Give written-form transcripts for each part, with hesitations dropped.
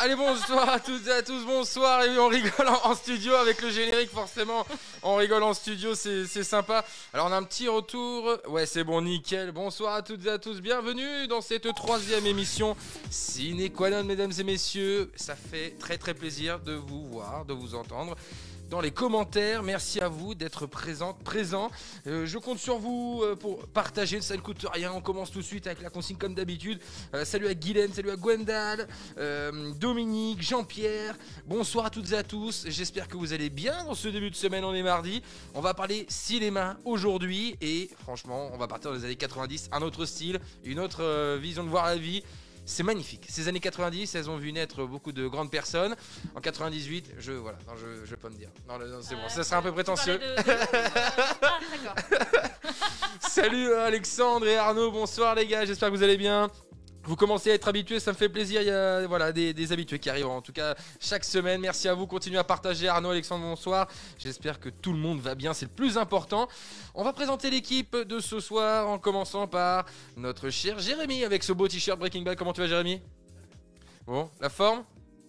Allez, bonsoir à toutes et à tous, bonsoir. Et oui, on rigole en studio avec le générique, forcément. On rigole en studio, c'est sympa. Alors, on a un petit retour. Ouais, c'est bon, nickel. Bonsoir à toutes et à tous, bienvenue dans cette troisième émission Sine Qua Non, mesdames et messieurs. Ça fait très très plaisir de vous voir, de vous entendre dans les commentaires. Merci à vous d'être présents. Je compte sur vous pour partager, ça ne coûte rien. On commence tout de suite avec la consigne comme d'habitude. Salut à Guylaine, salut à Gwendal, Dominique, Jean-Pierre. Bonsoir à toutes et à tous. J'espère que vous allez bien dans ce début de semaine. On est mardi. On va parler cinéma aujourd'hui. Et franchement, on va partir dans les années 90. Un autre style, une autre vision de voir la vie. C'est magnifique. Ces années 90, elles ont vu naître beaucoup de grandes personnes. En 98, je peux me dire. Non, c'est bon, ça serait un peu prétentieux. Ah, d'accord. Salut Alexandre et Arnaud, bonsoir les gars, j'espère que vous allez bien. Vous commencez à être habitués, ça me fait plaisir, il y a des habitués qui arrivent en tout cas chaque semaine. Merci à vous, continuez à partager. Arnaud, Alexandre, bonsoir. J'espère que tout le monde va bien, c'est le plus important. On va présenter l'équipe de ce soir en commençant par notre cher Jérémy avec ce beau t-shirt Breaking Bad. Comment tu vas Jérémy ? Bon, la forme ?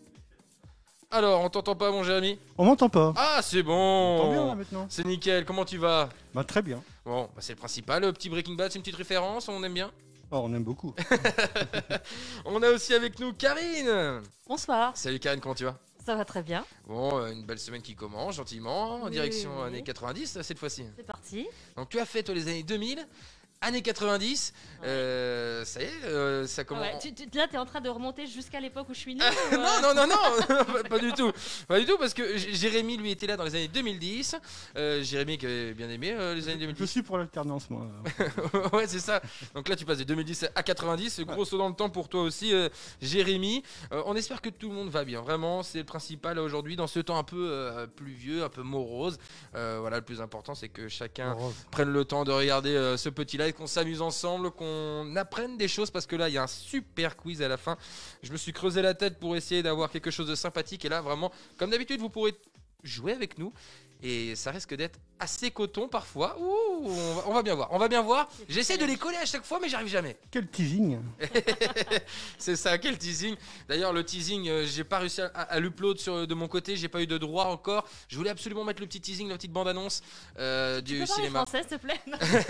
Alors, on t'entend pas mon Jérémy ? On m'entend pas. Ah, c'est bon. On m'entend bien là maintenant. C'est nickel, comment tu vas ? Bah très bien. Bon, c'est le principal, le petit Breaking Bad, c'est une petite référence, on aime bien. Oh, on aime beaucoup. On a aussi avec nous Karine. Bonsoir. Salut Karine, comment tu vas ? Ça va très bien. Bon, une belle semaine qui commence gentiment, en Oui, direction oui. années 90 cette fois-ci. C'est parti. Donc tu as fait toi les années 2000, années 90, ça y est, ça commence... Ouais, là, t'es en train de remonter jusqu'à l'époque où je suis née Non, pas du tout. Pas du tout, parce que Jérémy, lui, était là dans les années 2010. Jérémy qui avait bien aimé les années Je 2010. suis pour l'alternance moi. Ouais, c'est ça. Donc là, tu passes de 2010 à 90. Gros saut dans le temps pour toi aussi, Jérémy. On espère que tout le monde va bien. Vraiment, c'est le principal aujourd'hui, dans ce temps un peu pluvieux, un peu morose. Voilà, le plus important, c'est que chacun prenne le temps de regarder ce petit live, qu'on s'amuse ensemble, qu'on apprenne des choses, parce que là, il y a un super quiz à la fin. Je me suis creusé la tête pour essayer d'avoir quelque chose de sympathique. Et là, vraiment, comme d'habitude, vous pourrez jouer avec nous. Et ça risque d'être assez coton parfois. Ouh, on va bien voir. On va bien voir. J'essaie de les coller à chaque fois, mais j'arrive jamais. Quel teasing. C'est ça, quel teasing. D'ailleurs, le teasing, j'ai pas réussi à l'upload de mon côté. J'ai pas eu de droit encore. Je voulais absolument mettre le petit teasing, la petite bande-annonce du cinéma. Français, s'il te plaît.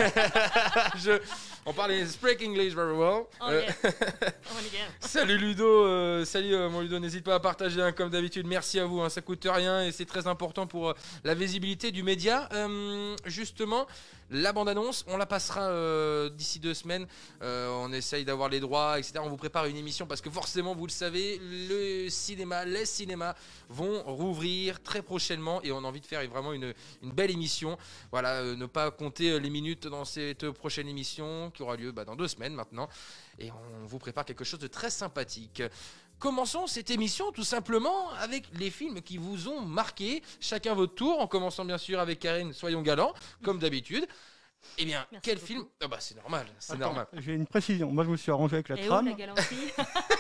On parle speak English very well. Oh, yeah. Oh, my God. Salut Ludo, salut mon Ludo, n'hésite pas à partager comme d'habitude, merci à vous, ça coûte rien et c'est très important pour la visibilité du média. Justement, la bande-annonce, on la passera d'ici 2 semaines, on essaye d'avoir les droits, etc. On vous prépare une émission parce que forcément, vous le savez, les cinémas vont rouvrir très prochainement et on a envie de faire vraiment une belle émission. Voilà, ne pas compter les minutes dans cette prochaine émission qui aura lieu dans 2 semaines maintenant. Et on vous prépare quelque chose de très sympathique. Commençons cette émission tout simplement avec les films qui vous ont marqué. Chacun votre tour, en commençant bien sûr avec Karine, soyons galants, comme d'habitude. Eh bien, Merci quel beaucoup. film ? Ah bah c'est normal, c'est Attends, normal. J'ai une précision. Moi je me suis arrangé avec la Et où trame. la galanterie?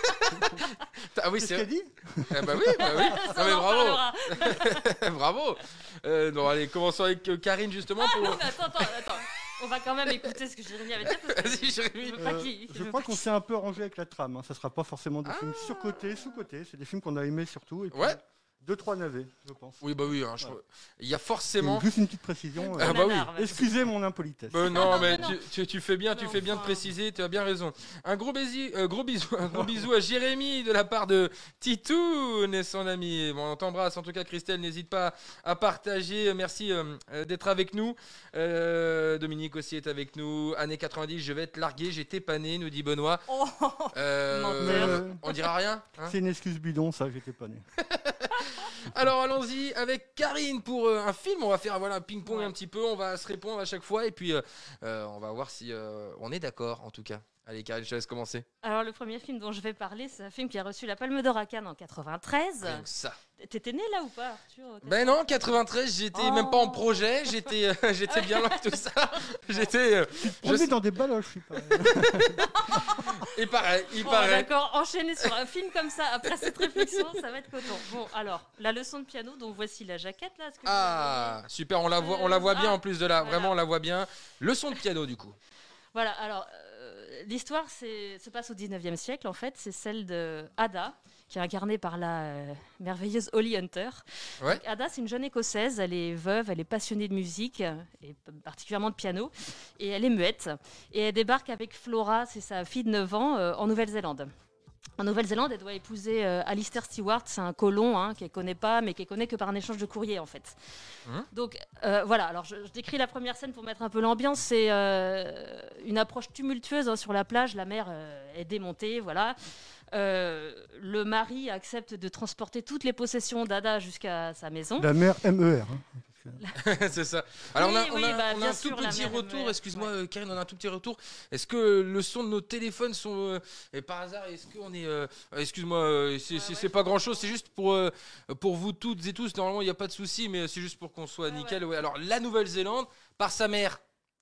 Ah oui, Qu'est-ce c'est qu'elle dit? Ah bah oui. Non Ça, mais on en bravo, parlera. bravo. Non allez, commençons avec Karine justement pour. Non, mais attends. On va quand même écouter ce que Jérémy avait dit. Parce que Vas-y Jérémy. je veux pas qu'il- Je veux crois pas qu'on s'est un peu arrangé avec la trame. Ça sera pas forcément des films surcotés, sous-cotés. C'est des films qu'on a aimés surtout. Et puis Ouais. 2-3 navets, je pense. Oui bah oui, il y a forcément. Juste une petite précision. Ah bah oui. Excusez mon impolitesse. Non, mais non. tu fais bien, tu Mais fais bien de enfin. préciser, tu as bien raison. Un gros bisou à Jérémy de la part de Titoun et son ami. Bon, on t'embrasse. En tout cas, Christelle, n'hésite pas à partager. Merci d'être avec nous. Dominique aussi est avec nous. Années 90, je vais être largué, j'étais pané, nous dit Benoît. Oh, menteur. On dira rien hein. C'est une excuse bidon, ça, j'étais pas né. Alors allons-y avec Karine pour un film. On va faire un ping-pong Ouais. un petit peu. On va se répondre à chaque fois et puis on va voir si on est d'accord en tout cas. Allez Karine, je te laisse commencer. Alors, le premier film dont je vais parler, c'est un film qui a reçu la Palme d'Or à Cannes en 93. Rien que ça. T'étais né là ou pas, Arthur? Ben non, 93, j'étais même pas en projet. J'étais bien loin de tout ça. J'étais. On est dans des baloches, je suis pas. Il paraît. Bon, d'accord, enchaîner sur un film comme ça, après cette réflexion, ça va être coton. Bon, alors, la leçon de piano, donc voici la jaquette là. Est-ce que vous la voyez Super, on la voit bien en plus de là. Voilà. Vraiment, on la voit bien. Leçon de piano du coup. Voilà, alors, l'histoire se passe au 19e siècle, en fait. C'est celle de Ada, qui est incarnée par la merveilleuse Holly Hunter. Ouais. Donc, Ada, c'est une jeune écossaise, elle est veuve, elle est passionnée de musique, et particulièrement de piano, et elle est muette. Et elle débarque avec Flora, c'est sa fille de 9 ans, en Nouvelle-Zélande. En Nouvelle-Zélande, elle doit épouser Alistair Stewart, c'est un colon qu'elle ne connaît pas, mais qu'elle connaît que par un échange de courrier, en fait. Donc, voilà, alors je décris la première scène pour mettre un peu l'ambiance. C'est une approche tumultueuse sur la plage, la mer est démontée, voilà. Le mari accepte de transporter toutes les possessions d'Ada jusqu'à sa maison. La mère MER. C'est ça. Alors Oui, on a bien un sûr, tout la petit mère retour, MER. excuse-moi Karine, on a un tout petit retour. Est-ce que le son de nos téléphones sont et par hasard, est-ce qu'on est excuse-moi, c'est pas grand-chose, c'est juste pour vous toutes et tous, normalement il n'y a pas de souci, mais c'est juste pour qu'on soit nickel. Ouais. Alors la Nouvelle-Zélande par sa mère.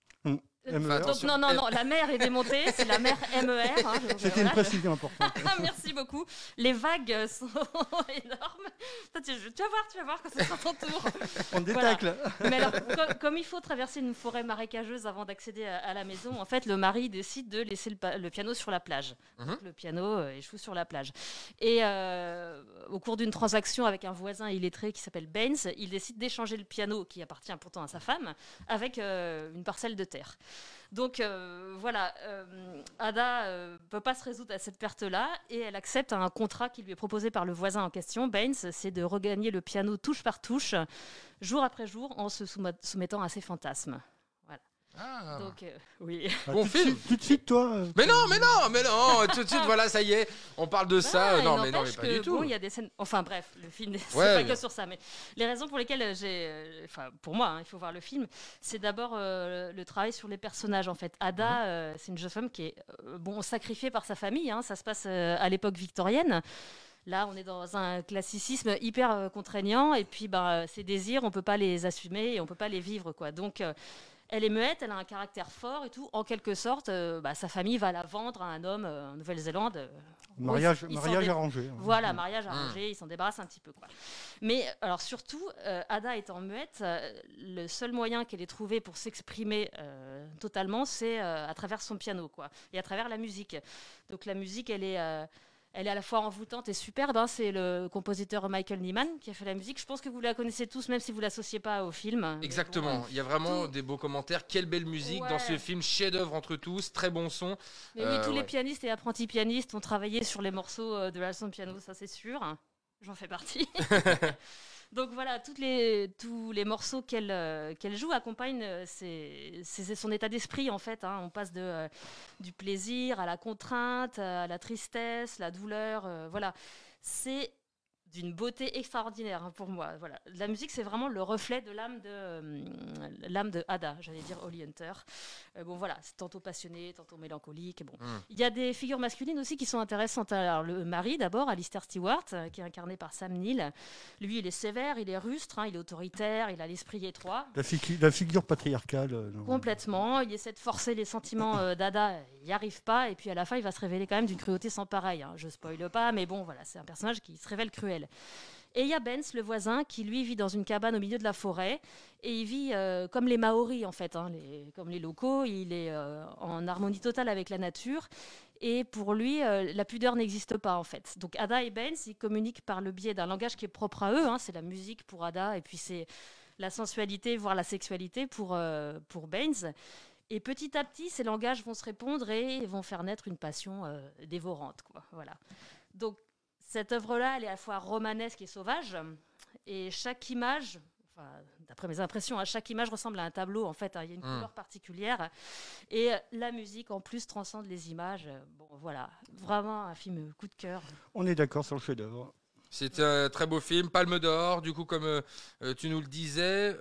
MER. Donc, non, la mer est démontée, c'est la mer MER. C'était une précision importante. Merci beaucoup. Les vagues sont énormes. Tu vas voir quand ce sera ton tour. On détacle. Voilà. Mais alors, comme il faut traverser une forêt marécageuse avant d'accéder à la maison, en fait, le mari décide de laisser le piano sur la plage. Donc, le piano échoue sur la plage. Et au cours d'une transaction avec un voisin illettré qui s'appelle Baines, il décide d'échanger le piano, qui appartient pourtant à sa femme, avec une parcelle de terre. Donc voilà, Ada peut pas se résoudre à cette perte-là et elle accepte un contrat qui lui est proposé par le voisin en question, Baines, c'est de regagner le piano touche par touche, jour après jour, en se soumettant à ses fantasmes. Voilà. Ah. Donc oui. Bon film. Tout de suite, toi. Mais non, tout de suite, voilà, ça y est, on parle de ça. Il Non, mais n'empêche pas que, du tout. Bon, il y a des scènes. Enfin bref, le film, c'est Ouais, pas que sur ça. Mais les raisons pour lesquelles pour moi, il faut voir le film, c'est d'abord le travail sur les personnages. En fait, Ada, c'est une jeune femme qui est sacrifiée par sa famille. Ça se passe à l'époque victorienne. Là, on est dans un classicisme hyper contraignant. Et puis, ses désirs, on peut pas les assumer et on peut pas les vivre, quoi. Donc elle est muette, elle a un caractère fort et tout. En quelque sorte, sa famille va la vendre à un homme en Nouvelle-Zélande. Mariage arrangé. Voilà, mariage arrangé, ils s'en débarrassent un petit peu, quoi. Mais alors surtout, Ada étant muette, le seul moyen qu'elle ait trouvé pour s'exprimer totalement, c'est à travers son piano, quoi, et à travers la musique. Donc la musique, elle est à la fois envoûtante et superbe. C'est le compositeur Michael Nyman qui a fait la musique. Je pense que vous la connaissez tous, même si vous ne l'associez pas au film. Exactement. Il y a vraiment des beaux commentaires. Quelle belle musique dans ce film. Chef-d'œuvre entre tous. Très bon son. Mais oui, tous les pianistes et apprentis pianistes ont travaillé sur les morceaux de la leçon de piano, ça c'est sûr. J'en fais partie. Donc voilà, tous les morceaux qu'elle joue accompagnent son état d'esprit, en fait. On passe du plaisir à la contrainte, à la tristesse, la douleur. Voilà, c'est d'une beauté extraordinaire pour moi. Voilà. La musique, c'est vraiment le reflet de l'âme de Ada, j'allais dire Holly Hunter. Voilà, c'est tantôt passionné, tantôt mélancolique. Il y a des figures masculines aussi qui sont intéressantes. Alors, le mari, d'abord, Alistair Stewart, qui est incarné par Sam Neill. Lui, il est sévère, il est rustre, il est autoritaire, il a l'esprit étroit. La figure patriarcale. Complètement. Il essaie de forcer les sentiments d'Ada, il n'y arrive pas. Et puis à la fin, il va se révéler quand même d'une cruauté sans pareil. Je ne spoile pas, mais voilà, c'est un personnage qui se révèle cruel. Et il y a Baines, le voisin, qui lui vit dans une cabane au milieu de la forêt et il vit comme les Maoris en fait, comme les locaux. Il est en harmonie totale avec la nature et pour lui, la pudeur n'existe pas en fait. Donc Ada et Baines, ils communiquent par le biais d'un langage qui est propre à eux. C'est la musique pour Ada et puis c'est la sensualité, voire la sexualité pour Baines. Et petit à petit, ces langages vont se répondre et vont faire naître une passion dévorante, quoi. Voilà. Donc cette œuvre-là, elle est à la fois romanesque et sauvage. Et chaque image, d'après mes impressions, chaque image ressemble à un tableau. En fait, il y a une couleur particulière. Et la musique, en plus, transcende les images. Voilà, vraiment un film coup de cœur. On est d'accord sur le chef-d'œuvre. C'est un très beau film, Palme d'Or, du coup, comme tu nous le disais,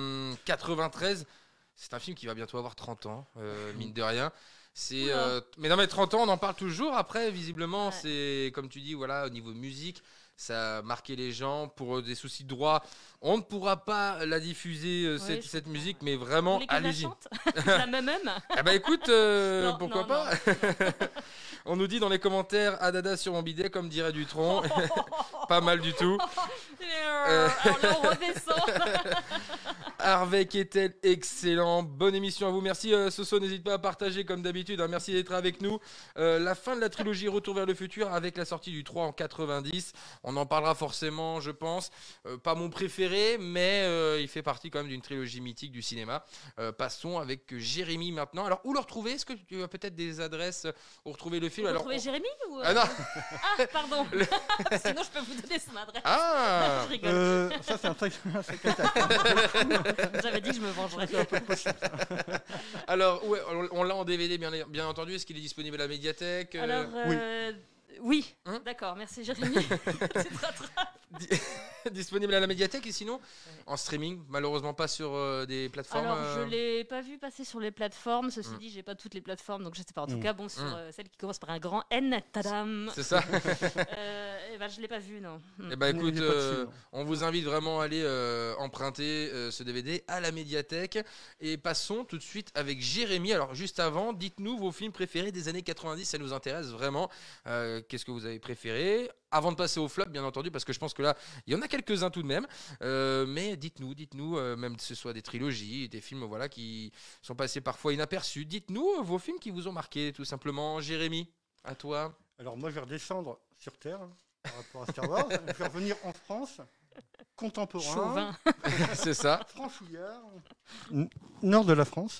93. C'est un film qui va bientôt avoir 30 ans, mine de rien. Mais 30 ans, on en parle toujours. Après, visiblement, c'est comme tu dis, voilà, au niveau musique, ça a marqué les gens. Pour des soucis de droit, on ne pourra pas la diffuser, cette musique, mais vraiment, allez-y. La même. Écoute, pourquoi pas. On nous dit dans les commentaires, Adada sur mon bidet, comme dirait Dutronc. Pas mal du tout. Alors là, on redescend. Harvey Keitel, excellent. Bonne émission à vous. Merci Soso, n'hésite pas à partager comme d'habitude. Hein. Merci d'être avec nous. La fin de la trilogie Retour vers le futur avec la sortie du 3 en 90. On en parlera forcément, je pense. Pas mon préféré, mais il fait partie quand même d'une trilogie mythique du cinéma. Passons avec Jérémy maintenant. Alors, où le retrouver? Est-ce que tu as peut-être des adresses où retrouver le film? Vous Alors, retrouvez Jérémy ou Ah non. Ah, pardon. Sinon, je peux vous donner son adresse. Ah Je rigole. Ça, c'est un sacré attaque. J'avais dit que je me vengerais. Alors, ouais, on l'a en DVD, bien entendu. Est-ce qu'il est disponible à la médiathèque? Alors, oui. Hein D'accord, merci Jérémy. Tu te rattrapes. Disponible à la médiathèque et sinon en streaming, malheureusement pas sur des plateformes. Alors, je l'ai pas vu passer sur les plateformes. Ceci dit, j'ai pas toutes les plateformes, donc je sais pas. En tout cas, bon, sur celle qui commence par un grand N, tadam. C'est ça. Je l'ai pas vu, non. Eh ben écoute, Il est pas dessus, on vous invite vraiment à aller emprunter ce DVD à la médiathèque. Et passons tout de suite avec Jérémy. Alors juste avant, dites-nous vos films préférés des années 90, ça nous intéresse vraiment. Qu'est-ce que vous avez préféré? Avant de passer au flop, bien entendu, parce que je pense que là, il y en a quelques-uns tout de même. Mais dites-nous, même que ce soit des trilogies, des films voilà, qui sont passés parfois inaperçus. Dites-nous vos films qui vous ont marqué, tout simplement. Jérémy, à toi. Alors moi, je vais redescendre sur Terre par rapport à Star Wars. Je vais revenir en France, contemporain. Chauvin. C'est ça. Franchouillard, nord de la France.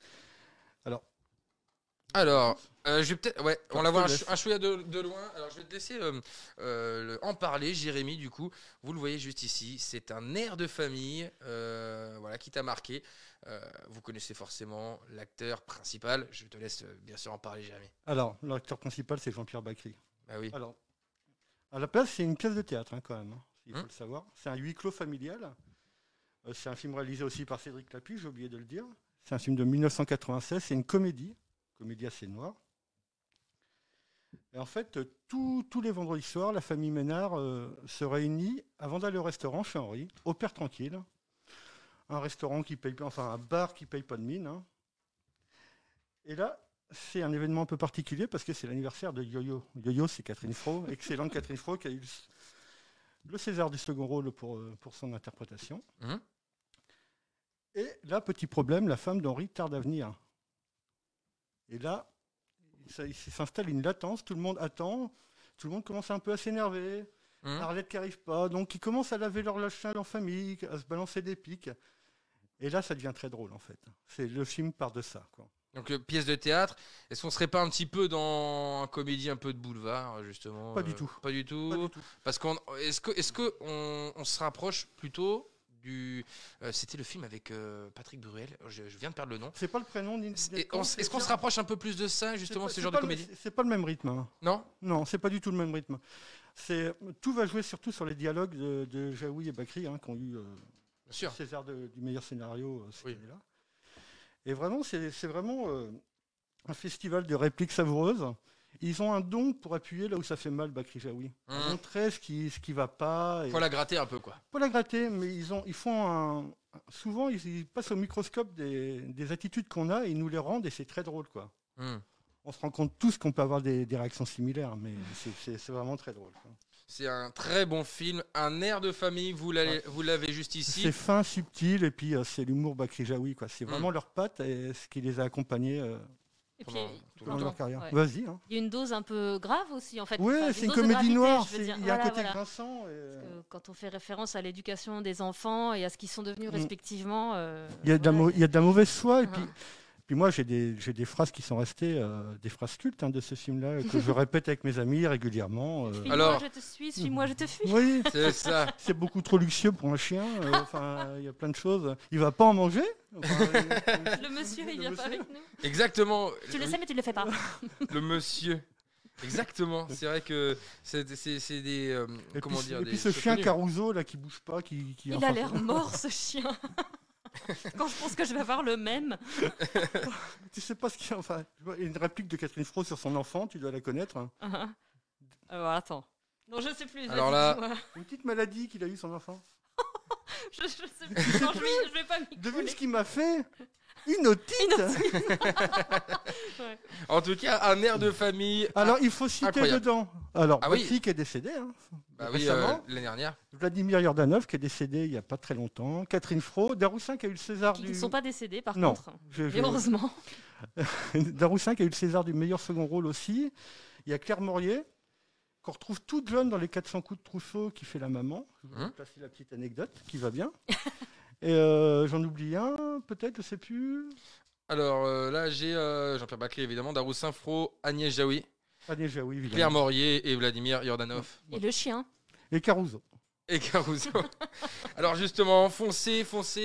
Alors, je vais peut-être. Ouais, on la voit je te laisse. un chouïa de loin. Alors, je vais te laisser en parler, Jérémy. Du coup, vous le voyez juste ici. C'est un air de famille voilà, qui t'a marqué. Vous connaissez forcément l'acteur principal. Je te laisse bien sûr en parler, Jérémy. Alors, l'acteur principal, c'est Jean-Pierre Bacri. Bah oui. Alors, à la place, c'est une pièce de théâtre, quand même, il faut le savoir. C'est un huis clos familial. C'est un film réalisé aussi par Cédric Lapuy, j'ai oublié de le dire. C'est un film de 1996, c'est une comédie assez noire. Et en fait, tous les vendredis soirs, la famille Ménard se réunit avant d'aller au restaurant chez Henri, au Père Tranquille. Un restaurant qui paye, enfin un bar qui paye pas de mine. Hein. Et là, c'est un événement un peu particulier parce que c'est l'anniversaire de Yo-Yo. Yo-Yo, c'est Catherine Fro, excellente Catherine Fro, qui a eu le César du second rôle pour son interprétation. Et là, petit problème, la femme d'Henri tarde à venir. Et là, il s'installe une latence, tout le monde attend, tout le monde commence un peu à s'énerver. Arlette qui n'arrive pas, donc ils commencent à laver leur linge en famille, à se balancer des pics. Et là, ça devient très drôle en fait. Le film part de ça, quoi. Donc, pièce de théâtre. Est-ce qu'on serait pas un petit peu dans un comédie un peu de boulevard, justement? Pas du tout. Pas du tout. Pas du tout. Parce est-ce qu'on se rapproche plutôt du. C'était le film avec Patrick Bruel. Je viens de perdre le nom. C'est pas le prénom. Est-ce qu'on se rapproche un peu plus de ça, justement, ce genre de comédie? C'est pas le même rythme. Hein. Non. Non, c'est pas du tout le même rythme. Tout va jouer surtout sur les dialogues de Jaoui et Bacri, qui ont eu le César du meilleur scénario cette année-là. Et vraiment, c'est vraiment un festival de répliques savoureuses. Ils ont un don pour appuyer là où ça fait mal, Bacri Jaoui. Montrer ce qui va pas. Faut la gratter un peu, quoi. Pas la gratter, mais ils font souvent, ils passent au microscope des attitudes qu'on a et ils nous les rendent et c'est très drôle, quoi. On se rend compte tous qu'on peut avoir des réactions similaires, mais c'est vraiment très drôle, quoi. C'est un très bon film, un air de famille, vous l'avez juste ici. C'est fin, subtil, et puis c'est l'humour Bacri Jaoui, quoi. C'est vraiment leur patte et ce qui les a accompagnés pendant leur carrière. Ouais. Vas-y. Hein. Il y a une dose un peu grave aussi, en fait. Oui, enfin, c'est une comédie noire. Il y a un côté voilà. grinçant. Parce que quand on fait référence à l'éducation des enfants et à ce qu'ils sont devenus respectivement... il y a de la mauvaise foi, et puis moi, j'ai des phrases qui sont restées, des phrases cultes de ce film-là, que je répète avec mes amis régulièrement. Suis-moi, je te suis, suis-moi, je te fuis. Oui, c'est ça. C'est beaucoup trop luxueux pour un chien. Il y a plein de choses. Il va pas en manger. Le monsieur, il vient pas avec nous. Exactement. Tu le sais, mais tu le fais pas. Le monsieur. Exactement. C'est vrai que c'est des... comment dire, et puis ce chien Caruso, là, qui bouge pas, il a l'air mort, ce chien. Quand je pense que je vais avoir le même. Tu sais pas ce qu'il y a. Enfin, une réplique de Catherine Fro sur son enfant, tu dois la connaître. Alors attends. Non, je sais plus. Alors là, une petite maladie qu'il a eu son enfant. je sais plus. Non, je vais pas m'y devine ce qu'il m'a fait. Une otite. Ouais. En tout cas, un air de famille. Alors, il faut citer incroyable. dedans. Alors, Ah Bacri oui. qui est décédé. Bah oui, récemment. l'année dernière. Vladimir Yordanov, qui est décédé il n'y a pas très longtemps. Catherine Fro. Daroussin, qui a eu le César Qui du... ne sont pas décédés, par Non, contre. je- Et heureusement. Daroussin, qui a eu le César du meilleur second rôle aussi. Il y a Claire Morier, qu'on retrouve toute jeune dans les 400 coups de trousseau, qui fait la maman. Je vous ai placé la petite anecdote, qui va bien. Et j'en oublie un, peut-être, je ne sais plus. Alors là, j'ai Jean-Pierre Baclé, évidemment, Daroussin Fro, Agnès Jaoui, Agnès Jaoui, évidemment. Claire Morier et Vladimir Yordanov. Et le chien. Et Caruso. Et Caruso. Alors justement, foncez.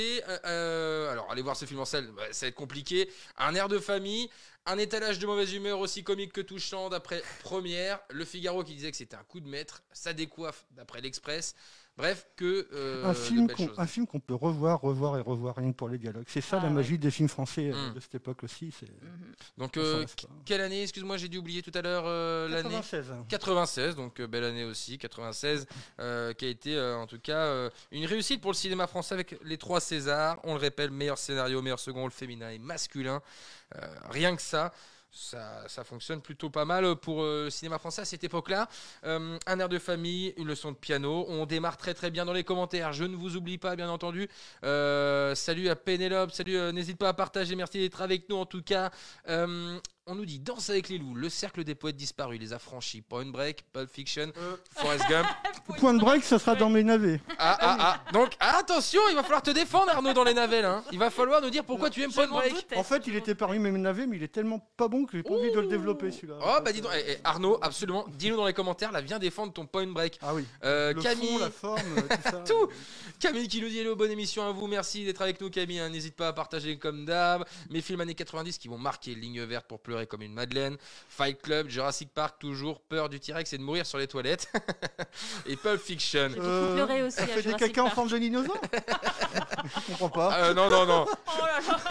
Alors allez voir ce film en salle, ça va être compliqué. Un air de famille, un étalage de mauvaise humeur aussi comique que touchant d'après Première. Le Figaro qui disait que c'était un coup de maître. Ça décoiffe d'après l'Express. Bref, un film de belles choses. un film qu'on peut revoir et revoir, rien que pour les dialogues. C'est ça la magie des films français de cette époque aussi. Donc, on s'en lasse pas. quelle année? Excuse-moi, j'ai dû oublier tout à l'heure l'année. 96. 96, donc belle année aussi, 96, qui a été en tout cas une réussite pour le cinéma français avec les 3 Césars. On le répète, meilleur scénario, meilleur second rôle féminin et masculin. Rien que ça. Ça fonctionne plutôt pas mal pour le cinéma français à cette époque-là. Un air de famille, une leçon de piano. On démarre très très bien dans les commentaires. Je ne vous oublie pas, bien entendu. Salut à Pénélope. Salut, n'hésite pas à partager. Merci d'être avec nous en tout cas. On nous dit Danse avec les loups, Le cercle des poètes disparus, Les affranchis, Point Break, Pulp Fiction, Forrest Gump. Point de break, ce sera dans mes navets. Donc attention, il va falloir te défendre Arnaud dans les navets là. Il va falloir nous dire pourquoi tu aimes Point Break. En fait, il était parmi mes navets, mais il est tellement pas bon que j'ai pas envie de le développer celui-là. Oh bah dis donc, Arnaud, absolument, dis-nous dans les commentaires, là, viens défendre ton Point Break. Ah oui. Camille, fond, la forme, tout ça. tout. Camille qui nous dit hello, bonne émission à vous, merci d'être avec nous Camille, hein. N'hésite pas à partager comme d'hab. Mes films années 90 qui vont marquer Ligne verte pour pleurer comme une madeleine, Fight Club, Jurassic Park, toujours peur du T-Rex et de mourir sur les toilettes. Et Pulp Fiction. J'ai beaucoup pleuré aussi. Elle fait des caca en forme de dinosaure. Je comprends pas. Non. Oh là là.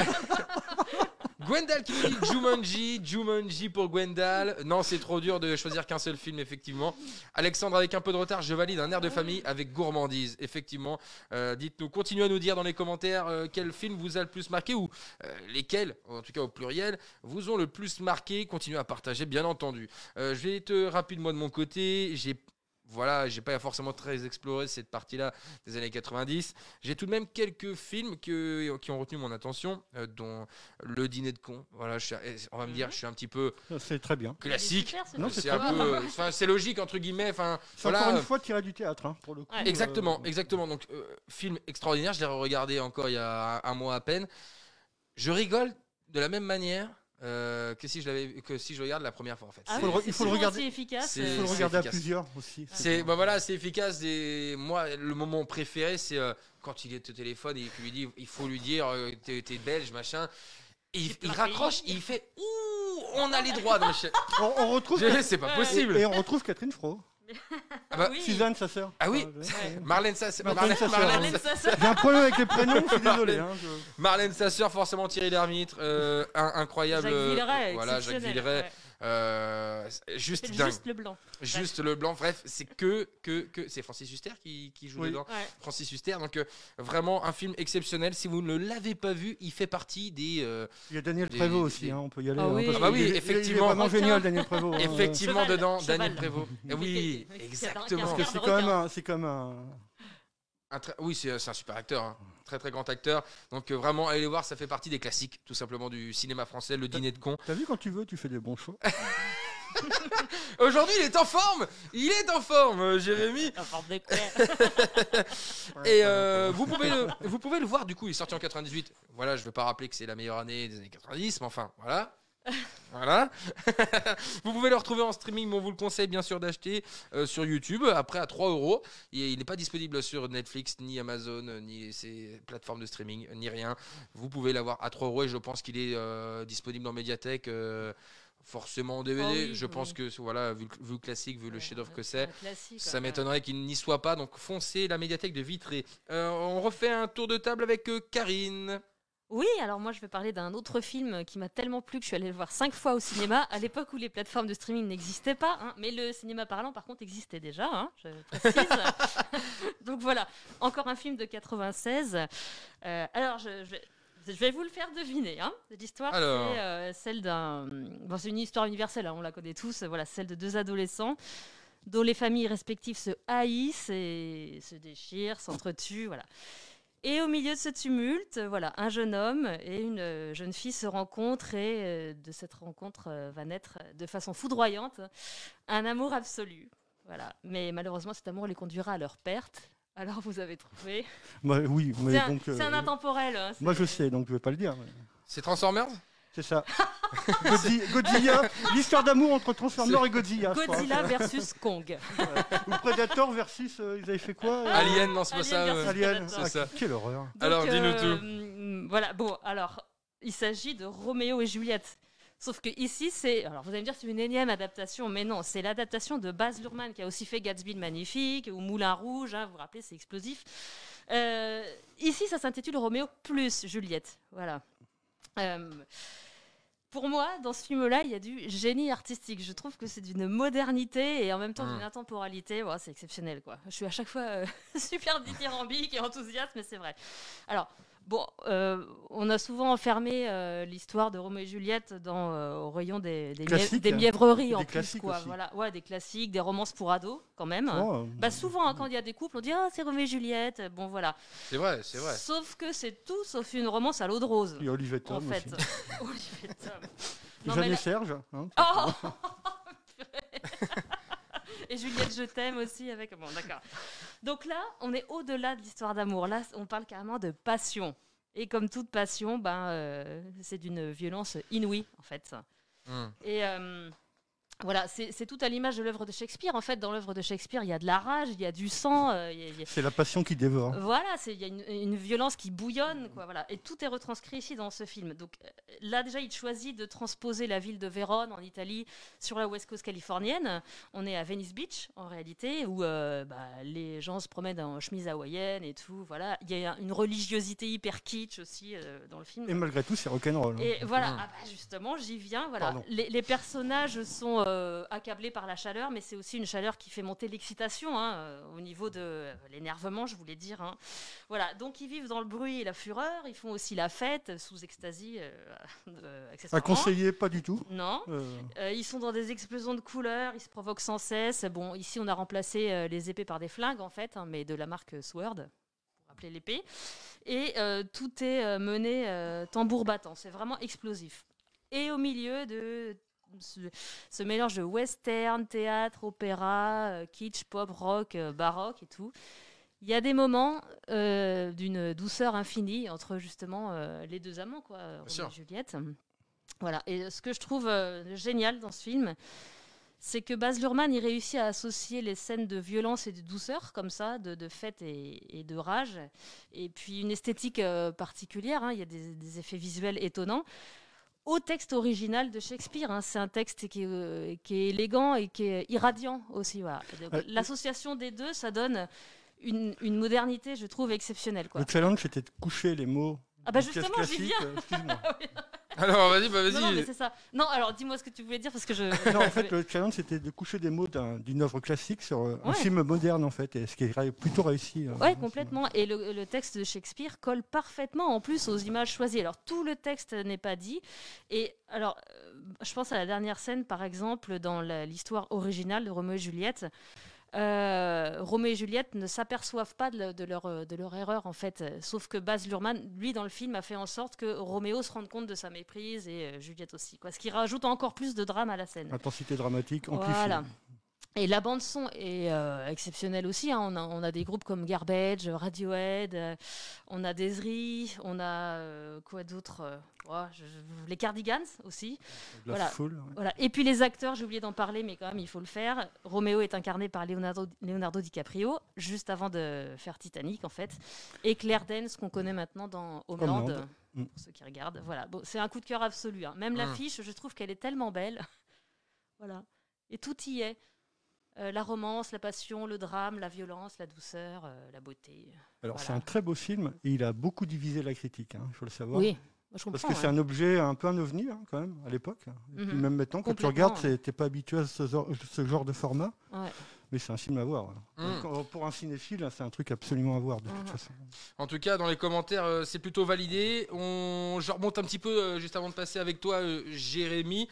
Gwendal qui nous dit Jumanji pour Gwendal. Non, c'est trop dur de choisir qu'un seul film, effectivement. Alexandre, avec un peu de retard, je valide un air de famille avec gourmandise, effectivement. Dites-nous, continuez à nous dire dans les commentaires quel film vous a le plus marqué ou lesquels, en tout cas au pluriel, vous ont le plus marqué. Continuez à partager, bien entendu. Je vais être rapidement de mon côté. J'ai pas forcément très exploré cette partie-là des années 90. J'ai tout de même quelques films qui ont retenu mon attention, dont Le Dîner de con. Voilà, on va me dire, je suis un petit peu C'est très bien. classique. Super, ce Non, film. c'est C'est un peu, c'est logique entre guillemets. Enfin, C'est voilà. encore une fois tiré du théâtre, hein, pour le coup. Ouais. Exactement. Donc, film extraordinaire. Je l'ai regardé encore il y a un mois à peine. Je rigole de la même manière que si je regarde la première fois en fait. Ah Faut oui, le- c'est il faut le toujours regarder. aussi efficace. C'est- Il faut le c'est regarder à efficace. plusieurs aussi. C'est efficace. Et moi, le moment préféré, c'est quand il est au téléphone et qu'il lui dit, il faut lui dire, t'es belge, machin. Et il raccroche, et il fait, ouh, on a les droits. dans le chien. On retrouve. C'est pas possible. Et on retrouve Catherine Fro. Ah bah, Oui. Suzanne, sa sœur. Ah oui. Marlène Sasseur. Marlène Sasseur. Marlène Sasseur. J'ai un problème avec les prénoms, je suis désolé. Hein, Marlène Sasseur, forcément Thierry Lhermitte, incroyable. Jacques Villeray, voilà, Jacques exceptionnel, Villeray. ouais. Juste C'est dingue. juste le blanc. Juste le blanc. Bref, c'est que c'est Francis Huster qui joue Oui. dedans. Ouais. Francis Huster. Donc vraiment un film exceptionnel. Si vous ne l'avez pas vu, il fait partie des. Il y a Daniel Des- Prévost aussi, des- hein, on peut y aller. Ah hein, oui. parce Ah bah qu'il oui, est- Il est effectivement. vraiment Requin. génial, Daniel Prévost. hein. Effectivement, Cheval, dedans, cheval. Daniel Prévost. Oui, Qui a un exactement. Parce que c'est Requin. quand même un. Oui, c'est un super acteur, hein. Très très grand acteur. Donc vraiment, allez les voir, ça fait partie des classiques, tout simplement du cinéma français, Le Dîner de con. T'as vu, quand tu veux, tu fais des bons choix. Aujourd'hui, il est en forme. Il est en forme, Jérémy. La forme des couilles. Et vous pouvez le voir, du coup, il est sorti en 98. Voilà, je ne vais pas rappeler que c'est la meilleure année des années 90, mais enfin, voilà. Voilà. Vous pouvez le retrouver en streaming, mais on vous le conseille bien sûr d'acheter sur YouTube, après à 3 €. Il n'est pas disponible sur Netflix, ni Amazon, ni ces plateformes de streaming, ni rien. Vous pouvez l'avoir à 3 € et je pense qu'il est disponible en médiathèque. Forcément en DVD, Oh oui, je oui. pense que voilà, vu le classique, vu le chef-d'œuvre que c'est, Un classique, ça ouais. m'étonnerait qu'il n'y soit pas. Donc foncez, la médiathèque de Vitré. On refait un tour de table avec Karine. Oui, alors moi je vais parler d'un autre film qui m'a tellement plu que je suis allée le voir 5 fois au cinéma, à l'époque où les plateformes de streaming n'existaient pas, hein, mais le cinéma parlant par contre existait déjà, hein, je précise. Donc voilà, encore un film de 96. Alors je vais vous le faire deviner. Hein. L'histoire, Alors. c'est celle d'un... Bon, c'est une histoire universelle, hein, on la connaît tous, voilà, celle de deux adolescents. dont les familles respectives se haïssent et se déchirent, s'entretuent, voilà. Et au milieu de ce tumulte, voilà, un jeune homme et une jeune fille se rencontrent et de cette rencontre va naître de façon foudroyante un amour absolu. Voilà. Mais malheureusement, cet amour les conduira à leur perte. Alors vous avez trouvé. Oui, mais C'est un intemporel. Hein, moi je sais, donc je ne vais pas le dire. C'est Transformers? C'est ça. Godzilla, l'histoire d'amour entre Transformers et Godzilla. Godzilla versus Kong. Ou Predator versus, ils avaient fait quoi Alien, non, c'est pas ça. Alien, c'est ça. Quelle horreur. Donc, alors, dis-nous tout. Voilà, bon, alors, il s'agit de Roméo et Juliette. Sauf que ici, alors vous allez me dire c'est une énième adaptation, mais non, c'est l'adaptation de Baz Luhrmann qui a aussi fait Gatsby le Magnifique ou Moulin Rouge, hein, vous vous rappelez, c'est explosif. Ici, ça s'intitule Roméo plus Juliette, voilà. Pour moi, dans ce film-là, il y a du génie artistique. Je trouve que c'est d'une modernité et en même temps d'une intemporalité. Ouais, c'est exceptionnel, quoi. Je suis à chaque fois super dithyrambique et enthousiaste, mais c'est vrai. Alors, bon, on a souvent enfermé l'histoire de Roméo et Juliette au rayon des mièvreries en plus, quoi. Aussi. Voilà, ouais, des classiques, des romances pour ados, quand même. Oh, Souvent, hein, quand il y a des couples, on dit c'est Roméo et Juliette. Bon, voilà. C'est vrai, c'est vrai. Sauf que c'est tout sauf une romance à l'eau de rose. Il y a Olivier Tom en fait. aussi. Olivier Tom. Jeanne et Serge. Hein, Oh Et Juliette, je t'aime aussi avec. Bon, d'accord. Donc là, on est au-delà de l'histoire d'amour. Là, on parle carrément de passion. Et comme toute passion, c'est d'une violence inouïe, en fait. Et voilà, c'est tout à l'image de l'œuvre de Shakespeare. En fait, dans l'œuvre de Shakespeare, il y a de la rage, il y a du sang. C'est la passion qui dévore. Voilà, il y a une violence qui bouillonne, quoi. Voilà, et tout est retranscrit ici dans ce film. Donc là, déjà, il choisit de transposer la ville de Vérone en Italie sur la West Coast californienne. On est à Venice Beach, en réalité, où les gens se promènent en chemise hawaïenne et tout. Voilà, il y a une religiosité hyper kitsch aussi dans le film. Et malgré tout, c'est rock'n'roll. Et voilà, justement, j'y viens. Voilà, les personnages sont accablé par la chaleur, mais c'est aussi une chaleur qui fait monter l'excitation au niveau de l'énervement, je voulais dire. Hein. Voilà, donc ils vivent dans le bruit et la fureur, ils font aussi la fête sous extasie. À conseiller, pas du tout. Non. Ils sont dans des explosions de couleurs, ils se provoquent sans cesse. Bon, ici on a remplacé les épées par des flingues en fait, mais de la marque Sword, pour rappeler l'épée. Et tout est mené tambour battant, c'est vraiment explosif. Et au milieu de ce mélange de western, théâtre, opéra, kitsch, pop, rock, baroque et tout. Il y a des moments d'une douceur infinie entre justement les deux amants, quoi, Roméo et Juliette. Voilà. Et ce que je trouve génial dans ce film, c'est que Baz Luhrmann, il réussit à associer les scènes de violence et de douceur, comme ça, de fête et de rage, et puis une esthétique particulière. Hein, il y a des effets visuels étonnants. Au texte original de Shakespeare. Hein. C'est un texte qui est élégant et qui est irradiant aussi. Voilà. L'association des deux, ça donne une modernité, je trouve, exceptionnelle. Quoi. Le challenge, c'était de coucher les mots. Justement, j'y viens. Excuse-moi. Alors, vas-y. Non, mais c'est ça. Non, alors, dis-moi ce que tu voulais dire, parce que Non, en fait, le challenge, c'était de coucher des mots d'une œuvre classique sur un film moderne, en fait, et ce qui est plutôt réussi. Oui, complètement. Et le texte de Shakespeare colle parfaitement, en plus, aux images choisies. Alors, tout le texte n'est pas dit. Et alors, je pense à la dernière scène, par exemple, dans l'histoire originale de Roméo et Juliette. Roméo et Juliette ne s'aperçoivent pas de leur erreur en fait, sauf que Baz Luhrmann, lui dans le film, a fait en sorte que Roméo se rende compte de sa méprise et Juliette aussi, quoi. Ce qui rajoute encore plus de drame à la scène. Intensité dramatique amplifiée. Voilà. Et la bande son est exceptionnelle aussi. Hein. On a des groupes comme Garbage, Radiohead, on a Des'Ree, on a quoi d'autre les Cardigans aussi. La foule, ouais. Voilà. Et puis les acteurs, j'ai oublié d'en parler, mais quand même il faut le faire. Roméo est incarné par Leonardo DiCaprio, juste avant de faire Titanic en fait. Et Claire Danes, qu'on connaît maintenant dans Homeland. Pour ceux qui regardent. Voilà. Bon, c'est un coup de cœur absolu. Hein. Même l'affiche, je trouve qu'elle est tellement belle. Voilà. Et tout y est. La romance, la passion, le drame, la violence, la douceur, la beauté. Alors c'est un très beau film et il a beaucoup divisé la critique, il faut le savoir. Oui, je comprends. Parce que c'est un objet un peu un ovni quand même à l'époque. Et puis même maintenant, quand tu regardes, t'es pas habitué à ce genre de format. Ouais. Mais c'est un film à voir. Donc, pour un cinéphile, c'est un truc absolument à voir de toute façon. En tout cas, dans les commentaires, c'est plutôt validé. Je remonte un petit peu juste avant de passer avec toi, Jérémy.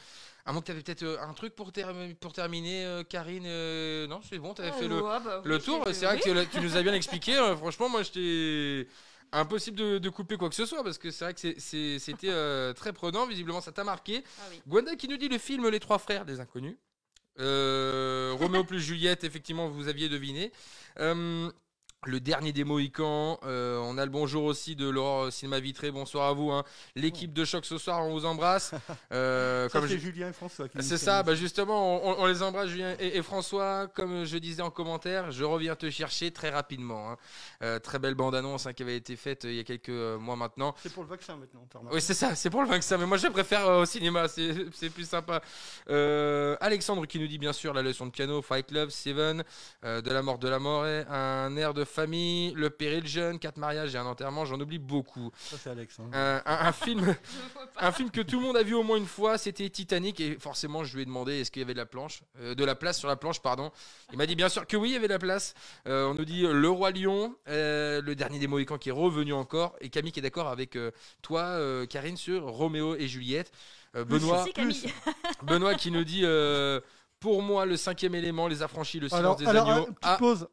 À moins que tu avais peut-être un truc pour terminer, Karine. Non, c'est bon, tu avais fait Bah, le oui, tour. C'est vrai que tu nous as bien expliqué. Franchement, moi, j'étais impossible de couper quoi que ce soit parce que c'est vrai que c'était très prenant. Visiblement, ça t'a marqué. Ah oui. Gwenda qui nous dit le film Les Trois Frères des Inconnus. Roméo plus Juliette, effectivement, vous aviez deviné. Le dernier des Mohicans. On a le bonjour aussi de l'Aurore Cinéma Vitré. Bonsoir à vous. Hein. L'équipe de Choc ce soir, on vous embrasse. C'est Julien et François. C'est ça, bah justement, on les embrasse, Julien et François. Comme je disais en commentaire, je reviens te chercher très rapidement. Hein. Très belle bande-annonce qui avait été faite il y a quelques mois maintenant. C'est pour le vaccin maintenant. Oui, c'est ça, c'est pour le vaccin. Mais moi, je préfère au cinéma, c'est plus sympa. Alexandre qui nous dit bien sûr la leçon de piano, Fight Club, Seven, de la mort, un air de famille, le péril jeune, 4 mariages et un enterrement, j'en oublie beaucoup. Ça, c'est Alex. Hein. Un film que tout le monde a vu au moins une fois, c'était Titanic. Et forcément, je lui ai demandé est-ce qu'il y avait de la place sur la planche, pardon. Il m'a dit bien sûr que oui, il y avait de la place. On nous dit Le Roi Lion, le dernier des Mohicans qui est revenu encore. Et Camille qui est d'accord avec toi, Karine, sur Roméo et Juliette. Benoît qui nous dit pour moi, le 5e élément, Les Affranchis, le silence des agneaux. Petite pause.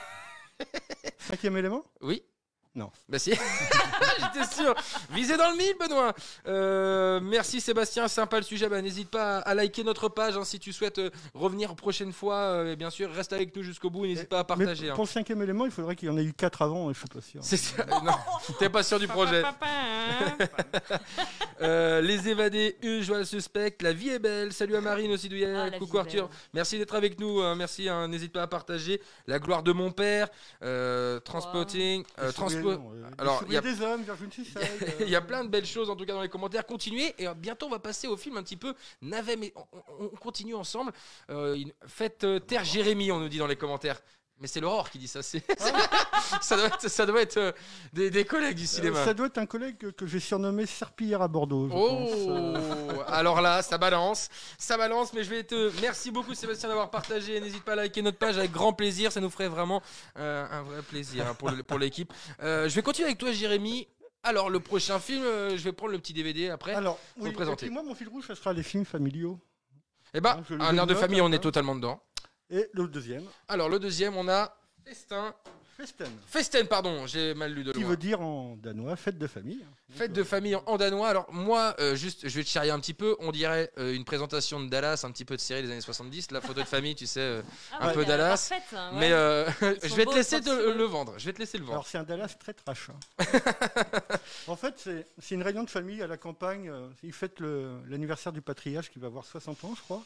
5e élément ? Oui. Non. Bah si, j'étais sûr. Visez dans le mille, Benoît. Merci Sébastien, sympa le sujet. Bah, n'hésite pas à liker notre page hein, si tu souhaites revenir prochaine fois. Et bien sûr, reste avec nous jusqu'au bout. N'hésite pas à partager. Pour le 5e élément, il faudrait qu'il y en ait eu 4 avant. Et je suis pas sûr. C'est ça. Non, t'es pas sûr du projet. Les évadés, Joël Suspect, La vie est belle. Salut à Marine aussi d'hier. Coucou Arthur. Merci d'être avec nous. Merci. N'hésite pas à partager. La gloire de mon père. Transpotting. Alors, il y a des hommes, Virgin Suicide. Il y a plein de belles choses en tout cas dans les commentaires. Continuez et bientôt on va passer au film un petit peu navet, mais on continue ensemble. Faites taire Jérémy, on nous dit dans les commentaires. Mais c'est l'Aurore qui dit ça. Ça doit être des collègues du cinéma. Ça doit être un collègue que j'ai surnommé Serpillière à Bordeaux. Je pense. Alors là, ça balance. Mais merci beaucoup Sébastien d'avoir partagé. N'hésite pas à liker notre page avec grand plaisir. Ça nous ferait vraiment un vrai plaisir hein, pour l'équipe. Je vais continuer avec toi, Jérémy. Alors le prochain film, je vais prendre le petit DVD après. Alors, pour le présenter. Et puis moi, mon fil rouge, ça sera les films familiaux. Eh ben, un air de famille, on est totalement dedans. Et le deuxième. Alors le deuxième, on a Festen, pardon, j'ai mal lu de loin. Qui veut dire en danois fête de famille. Fête de famille en danois. Alors moi, juste, je vais te charrier un petit peu. On dirait une présentation de Dallas, un petit peu de série des années 70. La photo de famille, tu sais, un peu Dallas. Parfaite, hein, ouais. Mais je vais te laisser le vendre. Alors c'est un Dallas très trash. En fait, c'est une réunion de famille à la campagne. Ils fêtent l'anniversaire du patriarche qui va avoir 60 ans, je crois.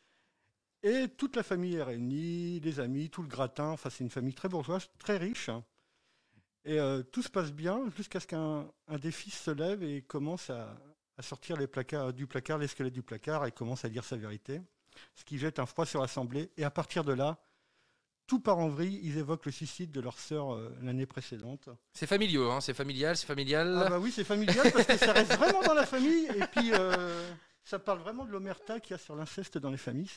Et toute la famille est réunie, les amis, tout le gratin. Enfin, c'est une famille très bourgeoise, très riche. Et tout se passe bien jusqu'à ce qu'un des fils se lève et commence à sortir les squelettes du placard et commence à dire sa vérité. Ce qui jette un froid sur l'Assemblée. Et à partir de là, tout part en vrille. Ils évoquent le suicide de leur sœur l'année précédente. C'est familial, hein, c'est familial. Ah bah oui, c'est familial parce que ça reste vraiment dans la famille. Et puis... ça parle vraiment de l'omerta qu'il y a sur l'inceste dans les familles.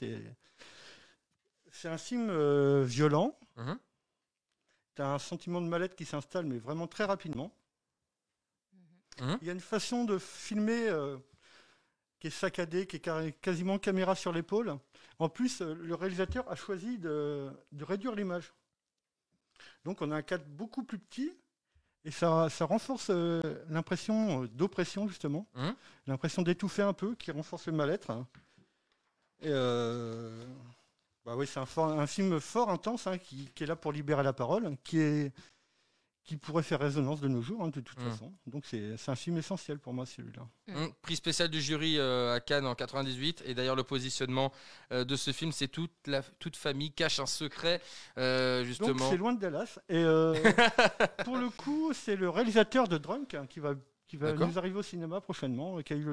C'est un film violent. Mm-hmm. Tu as un sentiment de mal-être qui s'installe, mais vraiment très rapidement. Mm-hmm. Il y a une façon de filmer qui est saccadée, qui est quasiment caméra sur l'épaule. En plus, le réalisateur a choisi de réduire l'image. Donc on a un cadre beaucoup plus petit. Et ça renforce l'impression d'oppression, justement. L'impression d'étouffer un peu, qui renforce le mal-être. Et bah oui, c'est un film fort, intense, hein, qui est là pour libérer la parole, qui pourrait faire résonance de nos jours, hein, de toute façon. Donc c'est un film essentiel pour moi, celui-là. Prix spécial du jury à Cannes en 98. Et d'ailleurs, le positionnement de ce film, c'est toute famille cache un secret, justement. Donc c'est loin de Dallas. Et pour le coup, c'est le réalisateur de Drunk hein, qui va nous arriver au cinéma prochainement, qui a eu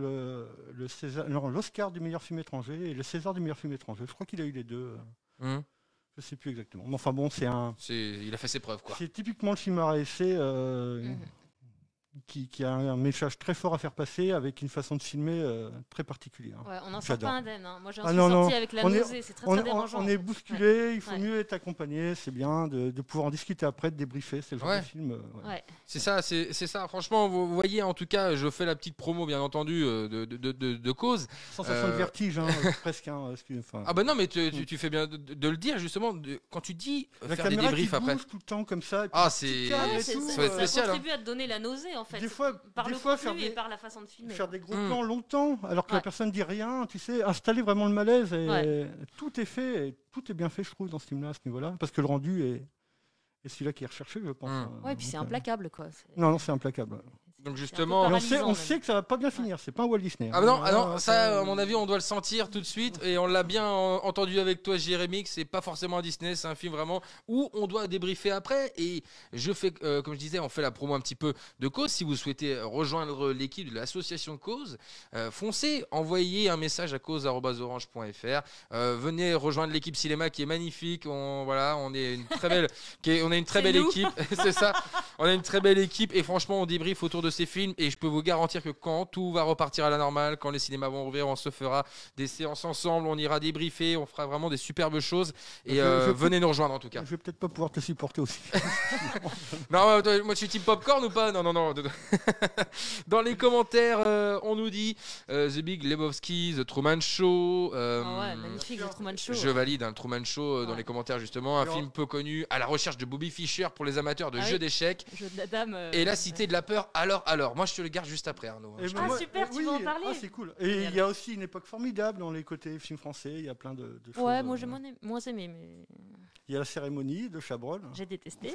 l'Oscar du meilleur film étranger et le César du meilleur film étranger. Je crois qu'il a eu les deux. Je sais plus exactement. Mais enfin bon, il a fait ses preuves, quoi. C'est typiquement le film à essai qui a un message très fort à faire passer avec une façon de filmer très particulière. Ouais, on n'en sort J'adore. pas indemne. Hein. Moi, j'en Ah suis non, sortie non. avec la On est- nausée. C'est très dérangeant. On est bousculé, il faut Ouais. mieux être accompagné, c'est bien de pouvoir en discuter après, de débriefer, c'est le genre Ouais. de film. Ouais. C'est ça. Franchement, vous voyez, en tout cas, je fais la petite promo, bien entendu, de cause. Sensation de vertige, hein, presque. Hein, enfin, Ah bah non, mais tu fais bien de le dire, justement, quand tu dis la faire des caméra débriefs qui après. bouge tout le temps comme ça. et puis Ah, petit c'est cadre et c'est- tout, ça va être ça spécial. Hein. contribue à te donner la nausée, en fait. Des fois, par des le fois, contenu faire et des- par la façon de filmer. faire des gros Mm. plans longtemps, alors que la Ouais. personne dit rien, tu sais, installer vraiment le malaise. Et Ouais. tout est fait, et tout est bien fait, je trouve, dans ce film-là, à ce niveau-là. Parce que le rendu est celui-là qui est recherché, je pense. Mm. hein. Ouais, et puis c'est Donc, implacable, quoi. Non, non, c'est implacable. Donc C'est justement- un peu Et on paralysant, sait que ça va pas bien finir, c'est pas un Walt Disney. Ah bah non, Hein. ça, à mon avis, on doit le sentir tout de suite. Et on l'a bien entendu avec toi, Jérémy, que c'est pas forcément un Disney, c'est un film vraiment où on doit débriefer après. Et je fais, comme je disais, on fait la promo un petit peu de Cause. Si vous souhaitez rejoindre l'équipe de l'association Cause, foncez, envoyez un message à cause@orange.fr. Venez rejoindre l'équipe cinéma qui est magnifique. On est une très belle, on a une très C'est belle nous. équipe. C'est ça. On a une très belle équipe et franchement, on débriefe autour de ces films. Et je peux vous garantir que quand tout va repartir à la normale, quand les cinémas vont ouvrir, on se fera des séances ensemble, on ira débriefer, on fera vraiment des superbes choses. Et Je- venez nous rejoindre en tout cas. Je vais peut-être pas pouvoir te supporter aussi. Non, moi je suis team popcorn ou pas? Non. Dans les commentaires, on nous dit The Big Lebowski, The Truman Show. Ah ouais, magnifique, le Truman Show. Je valide le Truman Show dans Ouais. les commentaires justement. Un Alors- film peu connu, à la recherche de Bobby Fischer pour les amateurs de Ah jeux oui. d'échecs. Jeu de la dame. Et la cité de la peur, alors. Moi je te le garde juste après Arnaud. Et Ah, super, tu veux en parler? Ah, c'est cool. Et il y a aussi une époque formidable dans les côtés films français. Il y a plein de choses. Ouais, moi j'ai moins aimé, mais Il y a la cérémonie de Chabrol. j'ai détesté.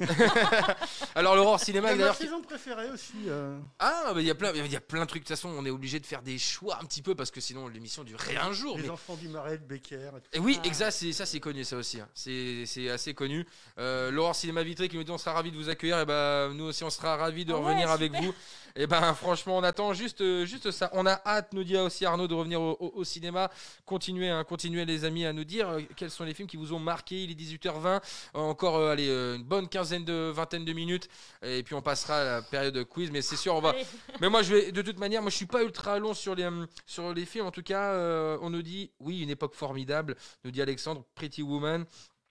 Alors l'aurore Il y cinéma a ma d'ailleurs. saison préférée aussi. Ah, mais il y a plein de trucs. De toute façon, on est obligé de faire des choix un petit peu parce que sinon l'émission durerait un jour. Les mais- enfants du Marais, de Becker. Et tout. Et oui, Ah. exact, ça c'est connu ça aussi. Hein. C'est assez connu. L'aurore cinéma vitré qui nous dit on sera ravis de vous accueillir. Et ben nous aussi on sera ravis de Ah ouais, revenir avec super. vous. Et ben franchement on attend juste ça. On a hâte, nous dit aussi Arnaud, de revenir au cinéma. Continuez les amis à nous dire quels sont les films qui vous ont marqué. Il est 18h20. Encore une bonne vingtaine de minutes. Et puis on passera à la période de quiz. Mais c'est sûr on va. Allez. Mais moi, de toute manière, je suis pas ultra long sur les films. En tout cas, on nous dit, oui, une époque formidable, nous dit Alexandre, Pretty Woman.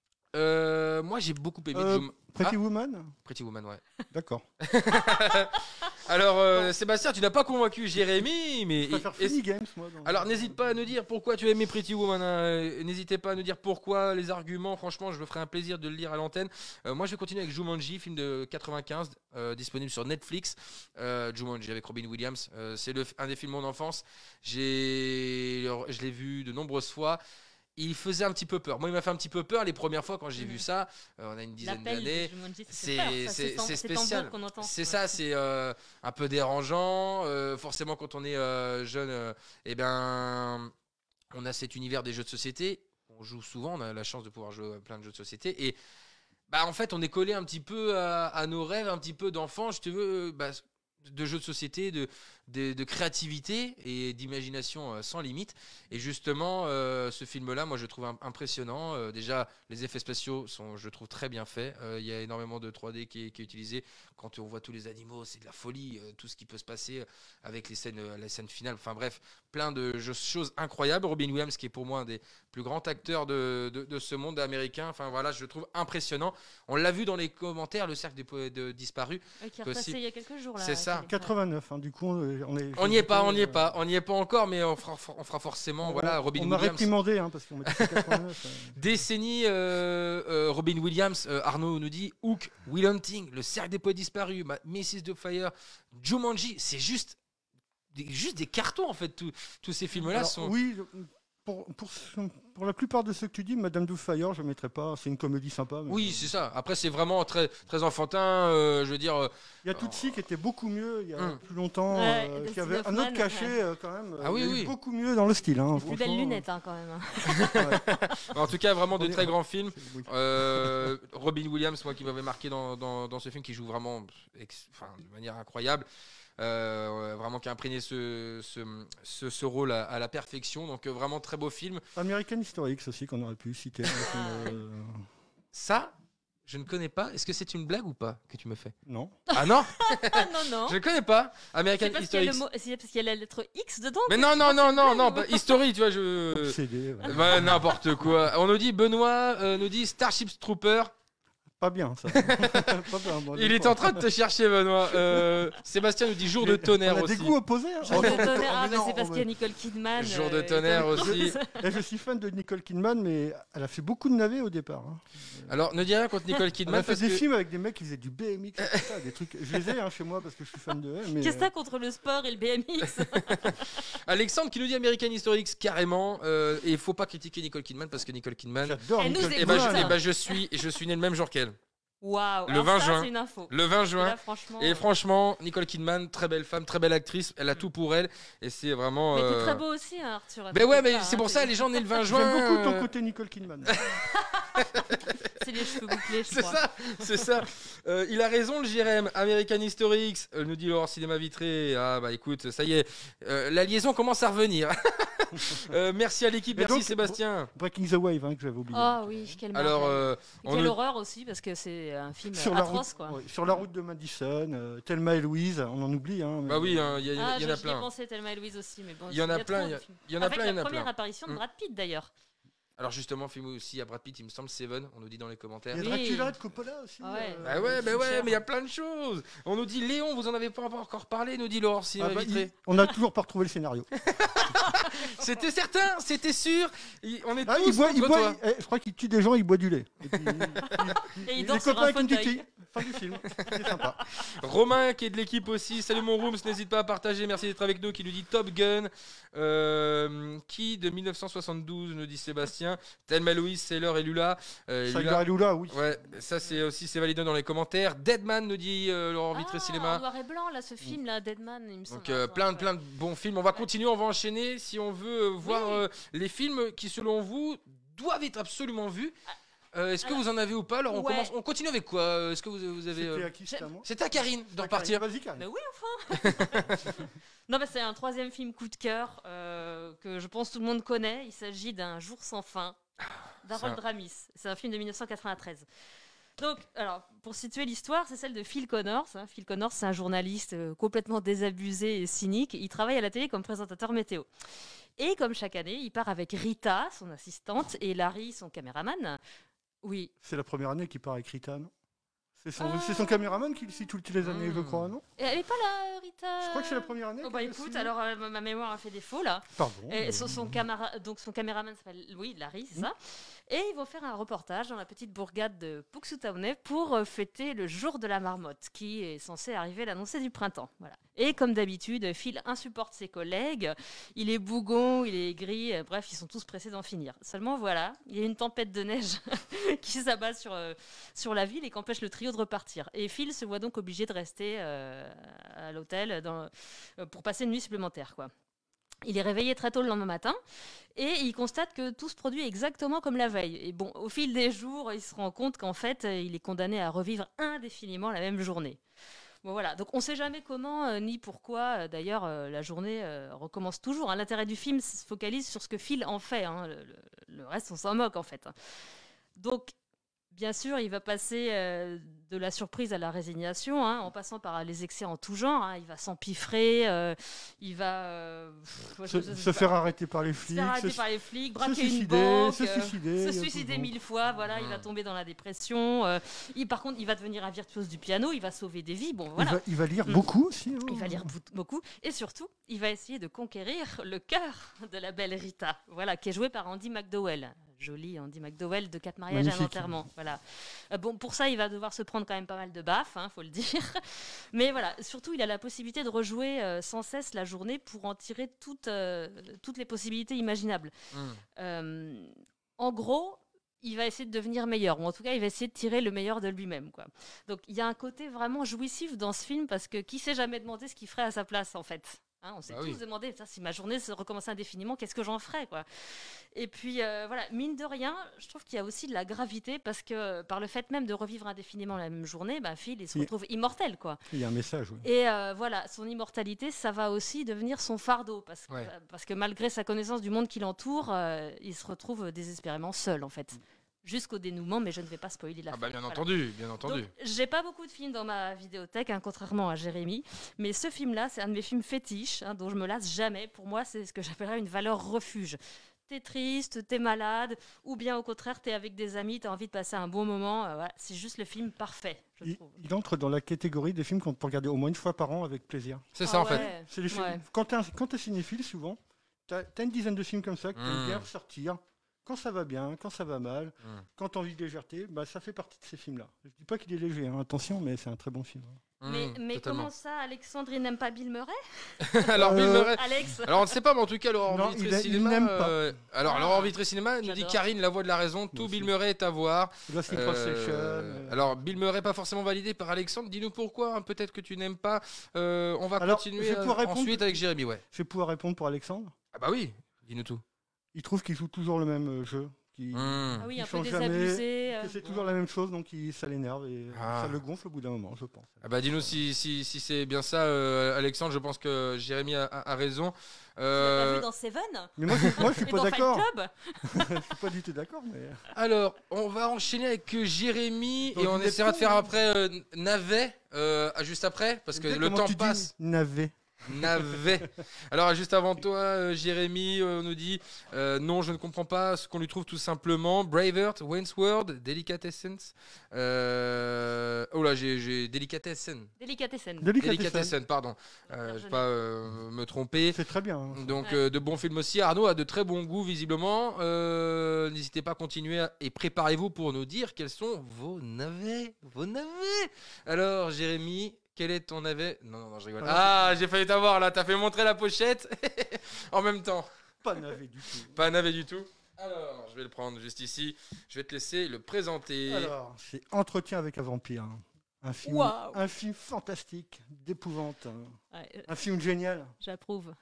Moi, j'ai beaucoup aimé Pretty Woman. Pretty Woman, ouais. D'accord. Alors, Sébastien, tu n'as pas convaincu Jérémy, mais Je préfère Funny Games, moi. donc. alors n'hésite pas à nous dire pourquoi tu as aimé Pretty Woman. Hein. N'hésitez pas à nous dire pourquoi, les arguments. Franchement, je me ferai un plaisir de le lire à l'antenne. Moi, je vais continuer avec Jumanji, film de 95, disponible sur Netflix. Jumanji avec Robin Williams. C'est un des films de mon enfance. Je l'ai vu de nombreuses fois. Il faisait un petit peu peur. Moi, il m'a fait un petit peu peur les premières fois quand j'ai vu ça. On a une dizaine L'appel d'années. de Jumanji, C'est ça fait peur, ça. C'est c'est ces tambours spécial. qu'on entend. C'est Ouais. ça, c'est un peu dérangeant. Forcément, quand on est jeune, eh ben, on a cet univers des jeux de société. On joue souvent, on a la chance de pouvoir jouer à plein de jeux de société. Et bah, en fait, on est collé un petit peu à nos rêves, un petit peu d'enfant, je te veux, de jeux de société, de créativité et d'imagination sans limite. Et justement, ce film-là, moi, je le trouve impressionnant. Déjà, les effets spéciaux sont, je trouve, très bien faits. Il y a énormément de 3D qui est utilisé. Quand on voit tous les animaux, c'est de la folie. Tout ce qui peut se passer avec les scènes finales. Enfin bref, plein de choses incroyables. Robin Williams, qui est pour moi un des plus grands acteurs de ce monde américain. Enfin voilà, je le trouve impressionnant. On l'a vu dans les commentaires, le cercle des poètes disparus. Qui est que repassé si- il y a quelques jours. Là, C'est ça. à la télé. 89, hein, du coup, on est. On n'y est pas encore, mais on fera forcément. Voilà, Robin on m'a Williams. réprimandé, hein, parce qu'on m'a dit que c'était 89. Décennie, Robin Williams, Arnaud nous dit Hook, Will Hunting, Le Cercle des Poètes Disparus, Mrs. Doubtfire, Jumanji, c'est juste des cartons en fait. Tous ces films-là Alors, sont. Oui, pour la plupart de ceux que tu dis, Madame Doubtfire, je ne mettrais pas. C'est une comédie sympa. Mais Oui, c'est ça. Après, c'est vraiment très, très enfantin. Je veux dire. il y a Tootsie qui était beaucoup mieux il y a Hum. plus longtemps, Ouais, qui Dustin avait un Hoffman, autre cachet quand même. Ah oui, il y a eu oui. beaucoup mieux dans le style. Hein, Plus belles franchement. lunettes hein, quand même. Hein. En tout cas, vraiment de On est- très grands films. Oui. Robin Williams, moi qui m'avait marqué dans ce film, qui joue vraiment de manière incroyable. Vraiment qui a imprégné ce rôle à la perfection. Donc vraiment très beau film. American History X aussi qu'on aurait pu citer. Ça, Je ne connais pas. Est-ce que c'est une blague ou pas que tu me fais? Non. Ah non, Ah non, non. je ne connais pas. American C'est parce qu'il y a History le X. mot- c'est parce qu'il y a la lettre X dedans. Mais que non, tu non, penses non, que non, c'est non, une blague, History, tu vois, je. Obsédé, voilà. Bah, n'importe quoi. On nous dit, Benoît nous dit Starship Trooper. Pas bien, ça. Pas bien, moi, Il des est fois. en train de te chercher, Benoît. Sébastien nous dit Jour de Mais tonnerre on a aussi. des goûts opposés. Hein. Jour de Oh, tonnerre, oh, ah, mais bah, non, c'est parce oh, qu'il y a Nicole Kidman. Jour de tonnerre aussi. Et je suis fan de Nicole Kidman, mais elle a fait beaucoup de navets au départ. Hein. Alors, ne dis rien contre Nicole Elle Kidman a fait parce des que. films avec des mecs qui faisaient du BMX, et tout ça, des trucs. Je les ai chez moi parce que je suis fan de elle. Mais Qu'est-ce que t'as contre le sport et le BMX? Alexandre qui nous dit American History X carrément. Et il faut pas critiquer Nicole Kidman parce que Nicole Kidman. j'adore Elle nous Nicole Et ben, écoute. je suis né le même jour qu'elle. Waouh. Le Alors 20 ça, juin. c'est une info. Le 20 juin. Là, franchement. Et franchement, Nicole Kidman, très belle femme, très belle actrice. Elle a tout pour elle. Et c'est vraiment. Mais t'es très beau aussi, hein, Arthur. Ben ouais, t'inquiète mais pas, c'est hein, pour ça, les gens nés le 20 juin. J'aime beaucoup ton côté Nicole Kidman. C'est les cheveux bouclés, je C'est crois. ça, c'est ça. Il a raison, le Jérém. American History X, nous dit Laurent Cinéma Vitré. Ah bah écoute, ça y est, la liaison commence à revenir. Merci à l'équipe, Et merci donc, Sébastien. Breaking the Wave, que j'avais oublié. Oh oui, quelle Alors, merveille. on Quelle nous- horreur aussi, parce que c'est un film Sur la, atroce, route, quoi. ouais, sur la route de Madison, Thelma et Louise, on en oublie. Hein, Bah oui, mais- il y, Ah, en a j'y ai plein. pensé, Thelma et Louise aussi, mais bon. Il y en a trop plein, de films. il y en a Avec plein, il y en la a première plein. apparition de Mm. Brad Pitt, d'ailleurs. Alors justement, film aussi à Brad Pitt, il me semble Seven, on nous dit dans les commentaires. Il y a Oui. Dracula de Coppola aussi. Ah ouais. Bah ouais, c'est cher. mais il y a plein de choses. On nous dit Léon, vous en avez pas encore parlé, nous dit Laurent Cinéma Ah bah, Vitré. on n'a toujours pas retrouvé le scénario. C'était certain, c'était sûr. On est Ah, tous contre toi. je crois qu'il tue des gens, il boit du lait. Et puis, Et il est danse sur copain un avec une fauteuil. titi. Fin du film. C'est sympa. Romain qui est de l'équipe aussi, salut mon Rooms, n'hésite pas à partager, merci d'être avec nous, qui nous dit Top Gun, qui de 1972 nous dit Sébastien, Thelma Louise, Sailor et Lula. Sailor et Lula, oui. Ouais, ça c'est aussi c'est validé dans les commentaires. Deadman nous dit Laurent Vitré En Cinéma. noir et blanc, là, ce film, là, Deadman, il me semble. Donc plein de bons films. On va continuer, on va enchaîner si on veut voir les films qui selon vous doivent être absolument vus. Est-ce que alors- vous en avez ou pas? Alors Ouais. on continue avec quoi? Est-ce que vous avez C'était à qui, c'était à moi C'est à Karine de repartir. Vas-y, Karine. Mais oui, enfin. Non, mais c'est un troisième film coup de cœur que je pense tout le monde connaît. Il s'agit d'Un jour sans fin d'Harold Ramis. C'est un film de 1993. Donc, alors, pour situer l'histoire, c'est celle de Phil Connors. Phil Connors, c'est un journaliste complètement désabusé et cynique. Il travaille à la télé comme présentateur météo. Et comme chaque année, il part avec Rita, son assistante, et Larry, son caméraman. Oui. C'est la première année qu'il part avec Rita, non? C'est son caméraman qui le suit toutes les années, je crois, non? Et elle est pas là, Rita Je crois que c'est la première année. Oh bah qu'elle le écoute, suit. alors ma mémoire a fait défaut là. Pardon. Et son caméraman s'appelle Larry, c'est ça. Et ils vont faire un reportage dans la petite bourgade de Puxutawney pour fêter le jour de la marmotte, qui est censé arriver l'annoncé du printemps. Voilà. Et comme d'habitude, Phil insupporte ses collègues. Il est bougon, il est gris. Bref, ils sont tous pressés d'en finir. Seulement voilà, il y a une tempête de neige qui s'abat sur la ville et qui empêche le trio de repartir. Et Phil se voit donc obligé de rester à l'hôtel pour passer une nuit supplémentaire, quoi. Il est réveillé très tôt le lendemain matin et il constate que tout se produit exactement comme la veille. Et bon, au fil des jours, il se rend compte qu'en fait, il est condamné à revivre indéfiniment la même journée. Bon voilà, donc on ne sait jamais comment ni pourquoi. D'ailleurs, la journée recommence toujours. Hein. L'intérêt du film se focalise sur ce que Phil en fait. Hein. Le reste, on s'en moque en fait. Donc, bien sûr, il va passer de la surprise à la résignation, hein, en passant par les excès en tout genre. Hein. Il va s'empiffrer, il va se faire arrêter par les flics. braquer une banque, se suicider. se suicider 1000 fois. Voilà, il va tomber dans la dépression. Par contre, il va devenir un virtuose du piano, il va sauver des vies. Bon, voilà. Il va lire beaucoup aussi. Hein. Il va lire beaucoup. Et surtout, il va essayer de conquérir le cœur de la belle Rita, voilà, qui est jouée par Andy McDowell. Joli Andy McDowell de 4 mariages et un enterrement. Voilà. Bon, pour ça, il va devoir se prendre quand même pas mal de baffes, hein, faut le dire. Mais voilà, surtout, il a la possibilité de rejouer sans cesse la journée pour en tirer toutes les possibilités imaginables. En gros, il va essayer de devenir meilleur, ou en tout cas, il va essayer de tirer le meilleur de lui-même, quoi. Donc, il y a un côté vraiment jouissif dans ce film, parce que qui s'est jamais demandé ce qu'il ferait à sa place, en fait. Hein, on s'est tous demandé, si ma journée se recommençait indéfiniment, qu'est-ce que j'en ferais, quoi. Et puis, voilà, mine de rien, je trouve qu'il y a aussi de la gravité, parce que par le fait même de revivre indéfiniment la même journée, Phil, il se retrouve immortel, quoi. Il y a un message, oui. Et voilà, son immortalité, ça va aussi devenir son fardeau, parce que malgré sa connaissance du monde qui l'entoure, il se retrouve désespérément seul, en fait. jusqu'au dénouement, mais je ne vais pas spoiler la Ah fin. bah bien Voilà. entendu, bien entendu. Donc, j'ai pas beaucoup de films dans ma vidéothèque, contrairement à Jérémy, mais ce film-là, c'est un de mes films fétiches, dont je me lasse jamais. Pour moi, c'est ce que j'appellerais une valeur refuge. T'es triste, t'es malade, ou bien au contraire, t'es avec des amis, t'as envie de passer un bon moment. Voilà, c'est juste le film parfait, je trouve. Il entre dans la catégorie des films qu'on peut regarder au moins une fois par an avec plaisir. C'est ça en fait. Ouais. C'est les films. Ouais. Quand t'es cinéphile, souvent, t'as une dizaine de films comme ça que t'aimes bien ressortir. Quand ça va bien, quand ça va mal, quand t'as envie de légèreté, bah, ça fait partie de ces films-là. Je dis pas qu'il est léger, attention, mais c'est un très bon film. Mais Totalement. comment ça, Alexandre, il n'aime pas Bill Murray Alors Bill Murray. Alex Alors on ne sait pas, mais en tout cas, Laurent Non, Vitré il Cinéma. n'aime pas. Alors Ah. Laurent Vitré Cinéma nous dit J'adore. Karine, la voix de la raison, tout Moi Bill aussi. Murray est à voir. Lost in Translation. Alors Bill Murray pas forcément validé par Alexandre. Dis-nous pourquoi. Peut-être que tu n'aimes pas. On va Alors, continuer je vais pouvoir répondre. ensuite avec Jérémy. Ouais. Je vais pouvoir répondre pour Alexandre. Ah bah oui. Dis-nous tout. Il trouve qu'il joue toujours le même jeu. Ah oui, Il un peu change jamais, désabusé. que c'est toujours la même chose, donc ça l'énerve et Ah. ça le gonfle au bout d'un moment, je pense. Ah bah dis-nous si c'est bien ça, Alexandre. Je pense que Jérémy a raison. Tu l'as pas vu dans Seven Mais moi, je suis Et pas dans d'accord. Fight Club Je suis pas du tout d'accord. Mais... Alors, on va enchaîner avec Jérémy Donc, et on vous êtes essaiera de con, faire hein. après Navet juste après parce que le Comment temps tu dis passe. Navet. Navet. Alors juste avant toi, Jérémy nous dit non, je ne comprends pas ce qu'on lui trouve tout simplement. Braveheart, Wayne's World, Delicatessen. Oh là, j'ai Delicatessen. Délicatessen. Delicatessen, pardon. Je Bien vais jeune. pas me tromper. C'est très bien. Hein. Donc Ouais. de bons films aussi. Arnaud a de très bons goûts visiblement. N'hésitez pas à continuer et préparez-vous pour nous dire quels sont vos navets. Vos navets. Alors Jérémy, quel est ton navet? Non, je rigole. Ah, j'ai failli t'avoir là. T'as fait montrer la pochette en même temps. Pas Navet du tout. Pas un navet du tout. Alors, je vais le prendre juste ici. Je vais te laisser le présenter. Alors, c'est Entretien avec un vampire. Waouh. Un film fantastique, d'épouvante. Ouais, Un film génial. j'approuve.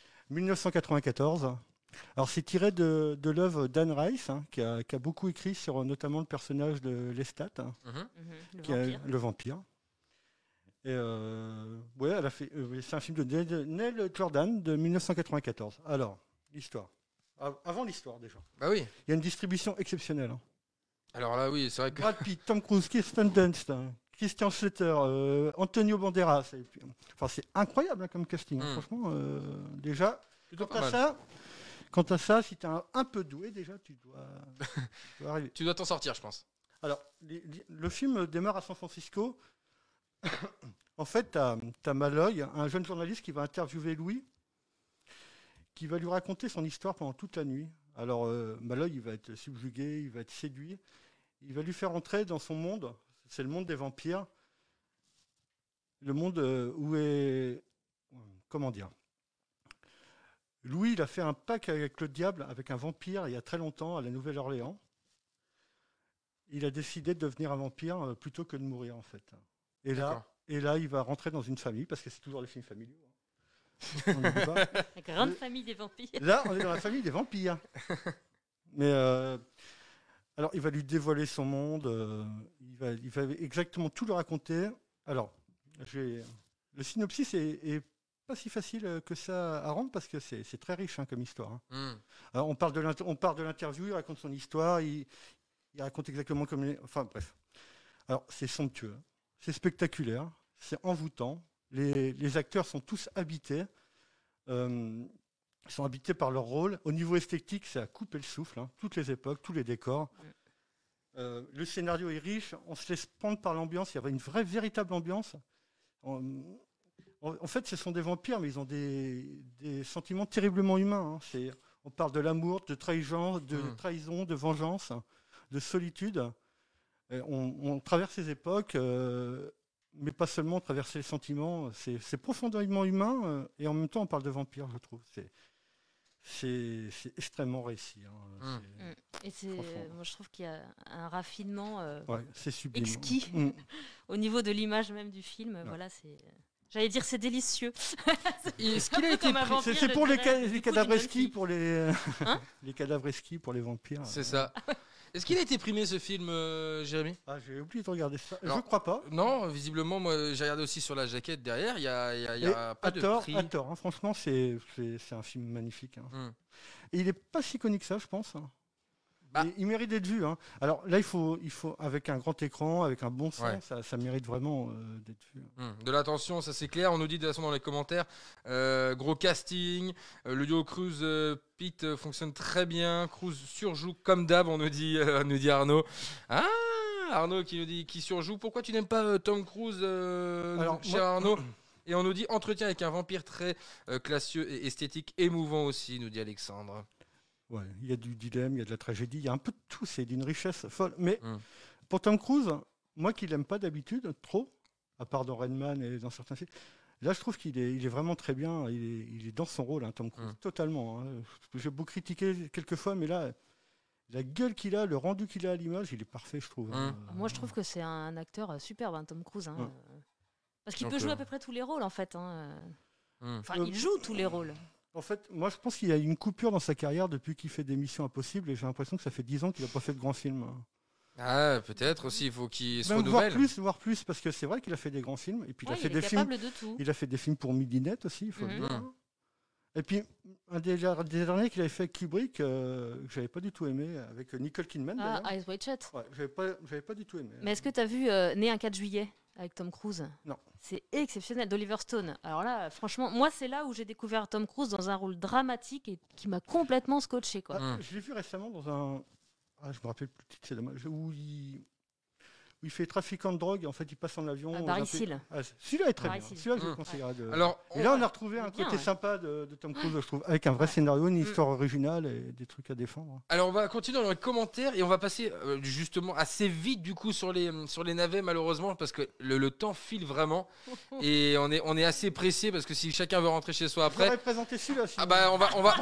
1994. Alors, c'est tiré de l'œuvre d'Anne Rice, qui a beaucoup écrit sur notamment le personnage de Lestat, Mhm. qui est le vampire. Et ouais, elle a fait. C'est un film de Neil Jordan de 1994. Alors, l'histoire. Avant l'histoire déjà. Bah oui. Il y a une distribution exceptionnelle. Alors là, oui, c'est vrai que. Brad Pitt, Tom Cruise, Kirsten Dunst, Christian Slater, Antonio Banderas. Et puis, enfin, c'est incroyable comme casting. Franchement, déjà. Plutôt Quant pas à mal. ça, si tu es un peu doué, déjà, tu dois arriver. Tu dois t'en sortir, je pense. Alors, le film démarre à San Francisco. En fait, tu as Malloy, un jeune journaliste qui va interviewer Louis, qui va lui raconter son histoire pendant toute la nuit. Alors, Malloy, il va être subjugué, il va être séduit. Il va lui faire entrer dans son monde. C'est le monde des vampires. Le monde où est... Comment dire? Louis, il a fait un pacte avec le diable, avec un vampire, il y a très longtemps, à la Nouvelle-Orléans. Il a décidé de devenir un vampire plutôt que de mourir, en fait. Et là, il va rentrer dans une famille, parce que c'est toujours les films familiaux. On n'oublie pas. La grande famille des vampires. Là, on est dans la famille des vampires. Mais alors, il va lui dévoiler son monde. Il va exactement tout lui raconter. Alors, le synopsis est pas si facile que ça à rendre parce que c'est très riche comme histoire. Alors, on part de l'interview, il raconte son histoire, il raconte exactement comme... Enfin, bref. Alors, c'est somptueux, c'est spectaculaire, c'est envoûtant. Les acteurs sont tous habités. Ils sont habités par leur rôle. Au niveau esthétique, c'est à couper le souffle. Toutes les époques, tous les décors. Le scénario est riche. On se laisse prendre par l'ambiance. Il y avait une véritable ambiance. En fait, ce sont des vampires, mais ils ont des sentiments terriblement humains. On parle de l'amour, de trahison, de vengeance, de solitude. On traverse ces époques, mais pas seulement traverser les sentiments. C'est profondément humain, et en même temps, on parle de vampires, je trouve. C'est extrêmement réussi. Et moi, je trouve qu'il y a un raffinement c'est sublime. exquis au niveau de l'image même du film. Voilà, j'allais dire c'est délicieux. Est-ce qu'il a été pris... C'est pour les cadavres esquis, pour les cadavres esquis, pour les vampires. C'est ça. Est-ce qu'il a été primé ce film, Jérémy? J'ai oublié de regarder ça. Alors, je crois pas. Non, visiblement, moi j'ai regardé aussi sur la jaquette derrière, il y a pas de prix. À tort, franchement, c'est un film magnifique. Et il est pas si connu que ça, je pense. Bah. Il mérite d'être vu. Hein. Alors là, il faut, avec un grand écran, avec un bon son, Ouais. ça mérite vraiment d'être vu. De l'attention, ça c'est clair. On nous dit de toute façon dans les commentaires, gros casting, le duo Cruise Pete fonctionne très bien. Cruise surjoue comme d'hab, nous dit Arnaud. Ah, Arnaud qui nous dit qui surjoue. Pourquoi tu n'aimes pas Tom Cruise, cher Arnaud? Et on nous dit entretien avec un vampire très classieux et esthétique, émouvant aussi, nous dit Alexandre. Ouais, il y a du dilemme, il y a de la tragédie, il y a un peu de tout, c'est d'une richesse folle. Mais pour Tom Cruise, moi qui l'aime pas d'habitude, trop, à part dans Rain Man et dans certains films, là je trouve qu'il est vraiment très bien, il est dans son rôle, hein, Tom Cruise, totalement. Hein. J'ai beau critiquer quelques fois, mais là, la gueule qu'il a, le rendu qu'il a à l'image, il est parfait, je trouve. Moi je trouve que c'est un acteur superbe, hein, Tom Cruise. Hein, parce qu'il Donc, peut jouer à peu près tous les rôles en fait. Hein. Enfin, il joue tous les rôles. En fait, moi je pense qu'il y a une coupure dans sa carrière depuis qu'il fait des Missions Impossibles et j'ai l'impression que ça fait 10 ans qu'il n'a pas fait de grands films. Ah, peut-être aussi, il faut qu'il se Même renouvelle. Voire plus, parce que c'est vrai qu'il a fait des grands films et puis il a fait il des est films. capable de tout. Il a fait des films pour Midinette aussi, il faut le dire. Hein. Et puis un des derniers qu'il avait fait avec Kubrick, que j'avais pas du tout aimé, avec Nicole Kidman. Ah, Eyes Wide Shut. Ouais, j'avais pas du tout aimé. Mais est-ce que tu as vu Né un 4 juillet avec Tom Cruise? Non. C'est exceptionnel, d'Oliver Stone. Alors là, franchement, moi, c'est là où j'ai découvert Tom Cruise dans un rôle dramatique et qui m'a complètement scotché. Quoi. Je l'ai vu récemment dans un. Ah, je me rappelle plus le titre, c'est dommage. Où il fait trafiquant de drogue, en fait il passe en avion. Barry Seal. Celui-là est très Barry bien. Seal. Celui-là, je le conseillerais. Alors, Et là, on a retrouvé un bien, côté ouais. sympa de Tom Cruise, je trouve, avec un vrai scénario, une histoire originale et des trucs à défendre. Alors on va continuer dans les commentaires et on va passer justement assez vite du coup sur les navets malheureusement parce que le temps file vraiment et on est assez pressé parce que si chacun veut rentrer chez soi Après, après, présenter celui-là. ah bah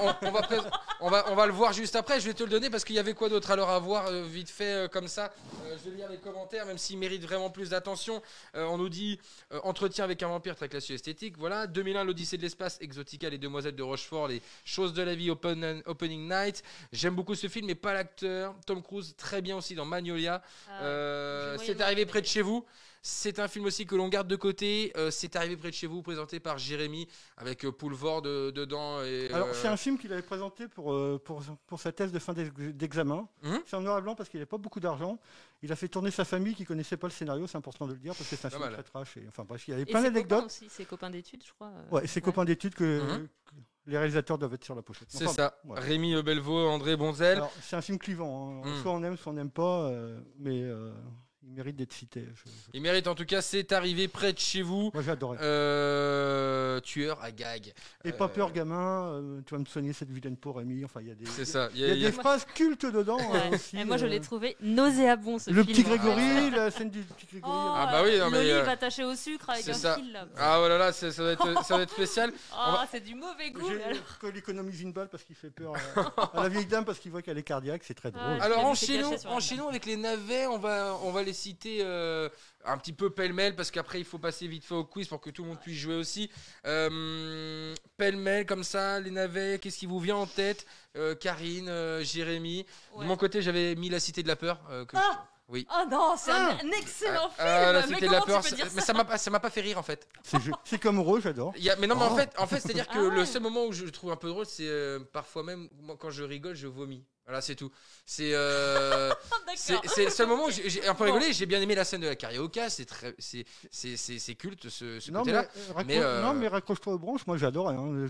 on va le voir juste après. Je vais te le donner parce qu'il y avait quoi d'autre alors à voir vite fait comme ça. Je vais lire les commentaires même s'ils méritent vraiment plus d'attention. On nous dit entretien avec un vampire très classieux esthétique. Voilà 2001 l'Odyssée de l'espace, Exotica, les Demoiselles de Rochefort, les choses de la vie, Opening Night. J'aime beaucoup ce film mais pas l'acteur. Tom Cruise très bien aussi dans Magnolia. C'est arrivé près de chez vous. C'est un film aussi que l'on garde de côté. C'est arrivé près de chez vous, présenté par Jérémy, avec Poulvord dedans. Et, Alors, c'est un film qu'il avait présenté pour sa thèse de fin d'examen. C'est en noir et blanc parce qu'il n'avait pas beaucoup d'argent. Il a fait tourner sa famille qui ne connaissait pas le scénario, c'est important de le dire, parce que c'est un film très trash. Enfin bref, il y avait plein d'anecdotes. Aussi, ses copains d'études, je crois. Ouais, et ses copains d'études que les réalisateurs doivent être sur la pochette. C'est ça. Voilà. Rémi Belvaux, André Bonzel. Alors, c'est un film clivant. Hein. Soit on n'aime pas, mais il mérite d'être cité. Il mérite en tout cas, c'est arrivé près de chez vous. Moi j'ai adoré. Tueur à gag. Et pas peur gamin, tu vas me soigner cette vilaine peau Rémi. Enfin, il y a des, c'est ça. Il y a des phrases cultes dedans. Aussi, et moi je l'ai trouvé nauséabond ce le film. Petit Grégory, la scène du Petit Grégory. Ah bah oui, non mais l'olive attachée au sucre avec un fil là. Ah voilà, là, ça va être spécial. C'est du mauvais goût. Qu'il économise une balle parce qu'il fait peur à la vieille dame parce qu'il voit qu'elle est cardiaque, c'est très drôle. Alors enchaînons avec les navets, on va les citer un petit peu pêle-mêle parce qu'après il faut passer vite fait au quiz pour que tout le monde puisse jouer aussi. Pêle-mêle comme ça, les navets, qu'est-ce qui vous vient en tête? Karine, Jérémy. De mon côté, j'avais mis La Cité de la Peur. Oui. Oh non, c'est un excellent film. La Cité de la Peur, mais ça m'a pas fait rire en fait. C'est comme Rose, j'adore. Mais non, mais en fait, c'est-à-dire que le seul moment où je le trouve un peu drôle, c'est parfois même moi, quand je rigole, je vomis. Voilà, c'est tout. C'est le seul moment où j'ai un peu rigolé. J'ai bien aimé la scène de la carioca. C'est culte ce côté-là. Non, mais raccroche-toi aux branches. Moi, j'adore. Hein.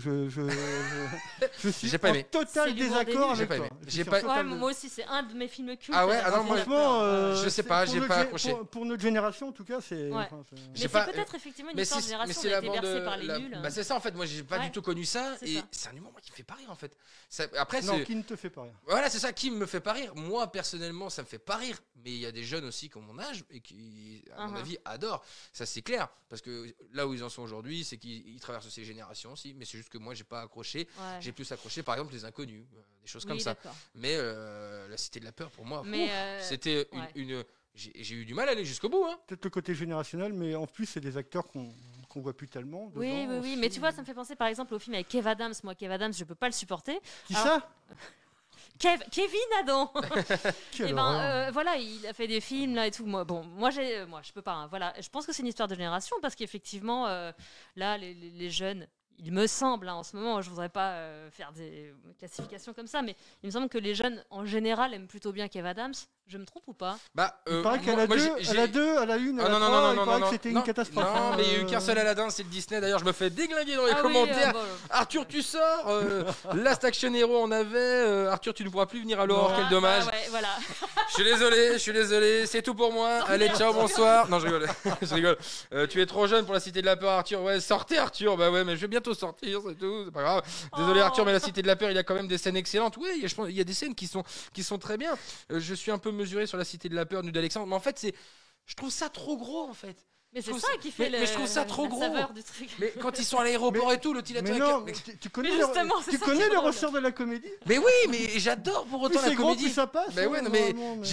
Je suis pas aimé. En total désaccord avec toi. J'ai pas aimé. Moi aussi, c'est un de mes films cultes. Ah ouais. Non, franchement, je sais pas. J'ai pas accroché. Pour notre génération, en tout cas, c'est. Mais c'est peut-être effectivement une histoire de génération qui a été bercée par les nuls. C'est ça en fait. Moi, j'ai pas du tout connu ça. Et c'est un humour qui me fait pas rire en fait. Après, non, qui ne te fait pas rire. Voilà, c'est ça qui me fait pas rire. Moi, personnellement, ça me fait pas rire. Mais il y a des jeunes aussi qui ont mon âge et qui, à mon avis, adorent. Ça, c'est clair. Parce que là où ils en sont aujourd'hui, c'est qu'ils traversent ces générations aussi. Mais c'est juste que moi, j'ai pas accroché. Ouais. J'ai plus accroché, par exemple, Les Inconnus. Des choses comme ça. Mais La Cité de la Peur, pour moi, c'était une j'ai eu du mal à aller jusqu'au bout. Hein. Peut-être le côté générationnel, mais en plus, c'est des acteurs qu'on voit plus tellement. Oui. Mais tu vois, ça me fait penser, par exemple, au film avec Kev Adams. Moi, Kev Adams, je peux pas le supporter. Qui ça Kevin Adam. Et voilà, il a fait des films là et tout. Moi je peux pas. Hein, voilà, je pense que c'est une histoire de génération parce qu'effectivement, là, les jeunes, il me semble, hein, en ce moment, je voudrais pas faire des classifications comme ça, mais il me semble que les jeunes, en général, aiment plutôt bien Kev Adams. Je me trompe ou pas? Il paraît qu'à la 2, à la 1, à la 3, il paraît que c'était une catastrophe. Non, mais il n'y a eu qu'un seul Aladdin, c'est le Disney. D'ailleurs, je me fais déglinguer dans les commentaires. Oui, Arthur, tu sors Last Action Hero, on avait. Arthur, tu ne pourras plus venir à l'Aurore, quel dommage. Ouais, voilà. Je suis désolé, c'est tout pour moi. Allez, ciao, bonsoir. Non, je rigole. Je rigole. Tu es trop jeune pour la Cité de la Peur, Arthur. Ouais, sortez, Arthur. Bah ouais, mais je vais bientôt sortir, c'est tout. C'est pas grave. Désolé, Arthur, mais la Cité de la Peur, il y a quand même des scènes excellentes. Oui, je pense il y a des scènes qui sont très bien. Je suis un peu mesuré sur la Cité de la Peur, d'Alexandre, mais en fait, je trouve ça trop gros, en fait. Mais c'est ça qui fait mais je trouve ça trop la gros. saveur du truc. Mais quand ils sont à l'aéroport et tout, l'autre il a mais non, tu connais les ressorts de la comédie? Mais oui, mais j'adore pour autant la comédie. Plus ça passe. Mais ouais, non, mais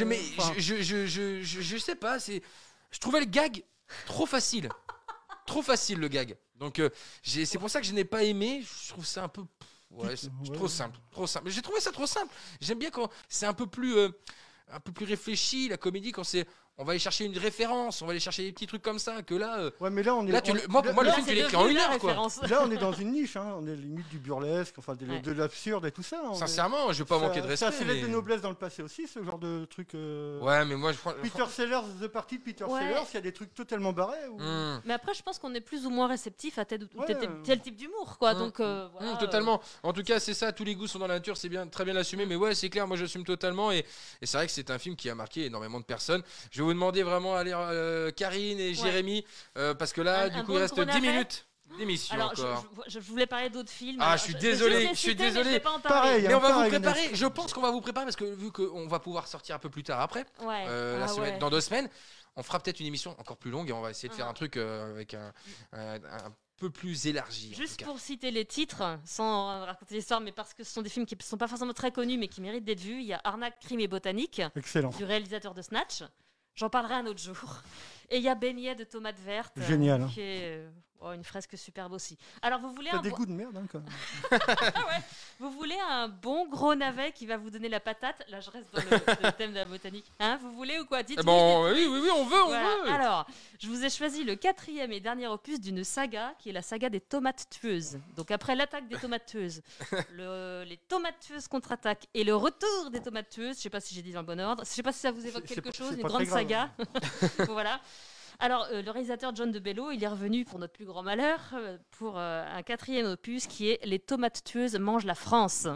je sais pas, je trouvais le gag trop facile. Trop facile le gag. Donc c'est pour ça que je n'ai pas aimé, je trouve ça un peu trop simple. J'ai trouvé ça trop simple. J'aime bien quand c'est un peu plus réfléchi la comédie, quand on va aller chercher une référence, on va aller chercher des petits trucs comme ça, que là... Ouais, mais là, on est... Là, pour moi, le film, tu l'écris en 1 heure, quoi. Là, on est dans une niche, hein. On est limite du burlesque, enfin, de l'absurde et tout ça. Sincèrement, je vais pas manquer de respect. Ça a ses lettres de noblesse dans le passé aussi, ce genre de truc... Ouais, mais moi, Peter Sellers, The Party de Peter Sellers, il y a des trucs totalement barrés. Mais après, je pense qu'on est plus ou moins réceptif à tel type d'humour, quoi. Donc, voilà, totalement. En tout cas, c'est ça, tous les goûts sont dans la nature, c'est bien, très bien assumé, mais ouais, c'est clair, moi, j'assume totalement, et c'est vrai que c'est un film qui a marqué énormément de personnes. Je vais vous demander vraiment Karine et Jérémy, parce que là, du coup, il reste 10 minutes d'émission. Alors, encore. je voulais parler d'autres films. Je suis désolé, Pareil, mais on va vous préparer. Je pense qu'on va vous préparer parce que vu qu'on va pouvoir sortir un peu plus tard après, dans 2 semaines, on fera peut-être une émission encore plus longue et on va essayer de faire un truc avec un peu plus élargi. Juste pour citer les titres, sans raconter l'histoire, mais parce que ce sont des films qui ne sont pas forcément très connus, mais qui méritent d'être vus. Il y a Arnaque, Crime et Botanique, du réalisateur de Snatch. J'en parlerai un autre jour. Et il y a Beignet de tomates vertes. Génial. Qui est une fresque superbe aussi. Alors, vous voulez des goûts de merde, hein, quand même. Ouais. Vous voulez un bon gros navet qui va vous donner la patate? Là, je reste dans le thème de la botanique. Hein, vous voulez ou quoi? Dites-moi. Oui, on veut. Alors, je vous ai choisi le 4e et dernier opus d'une saga qui est la saga des tomates tueuses. Donc, après l'attaque des tomates tueuses, les tomates tueuses contre-attaquent et le retour des tomates tueuses. Je ne sais pas si j'ai dit dans le bon ordre. Je ne sais pas si ça vous évoque quelque chose, une grande saga. Voilà. Alors, le réalisateur John de Bello, il est revenu pour notre plus grand malheur pour un 4e opus qui est Les tomates tueuses mangent la France.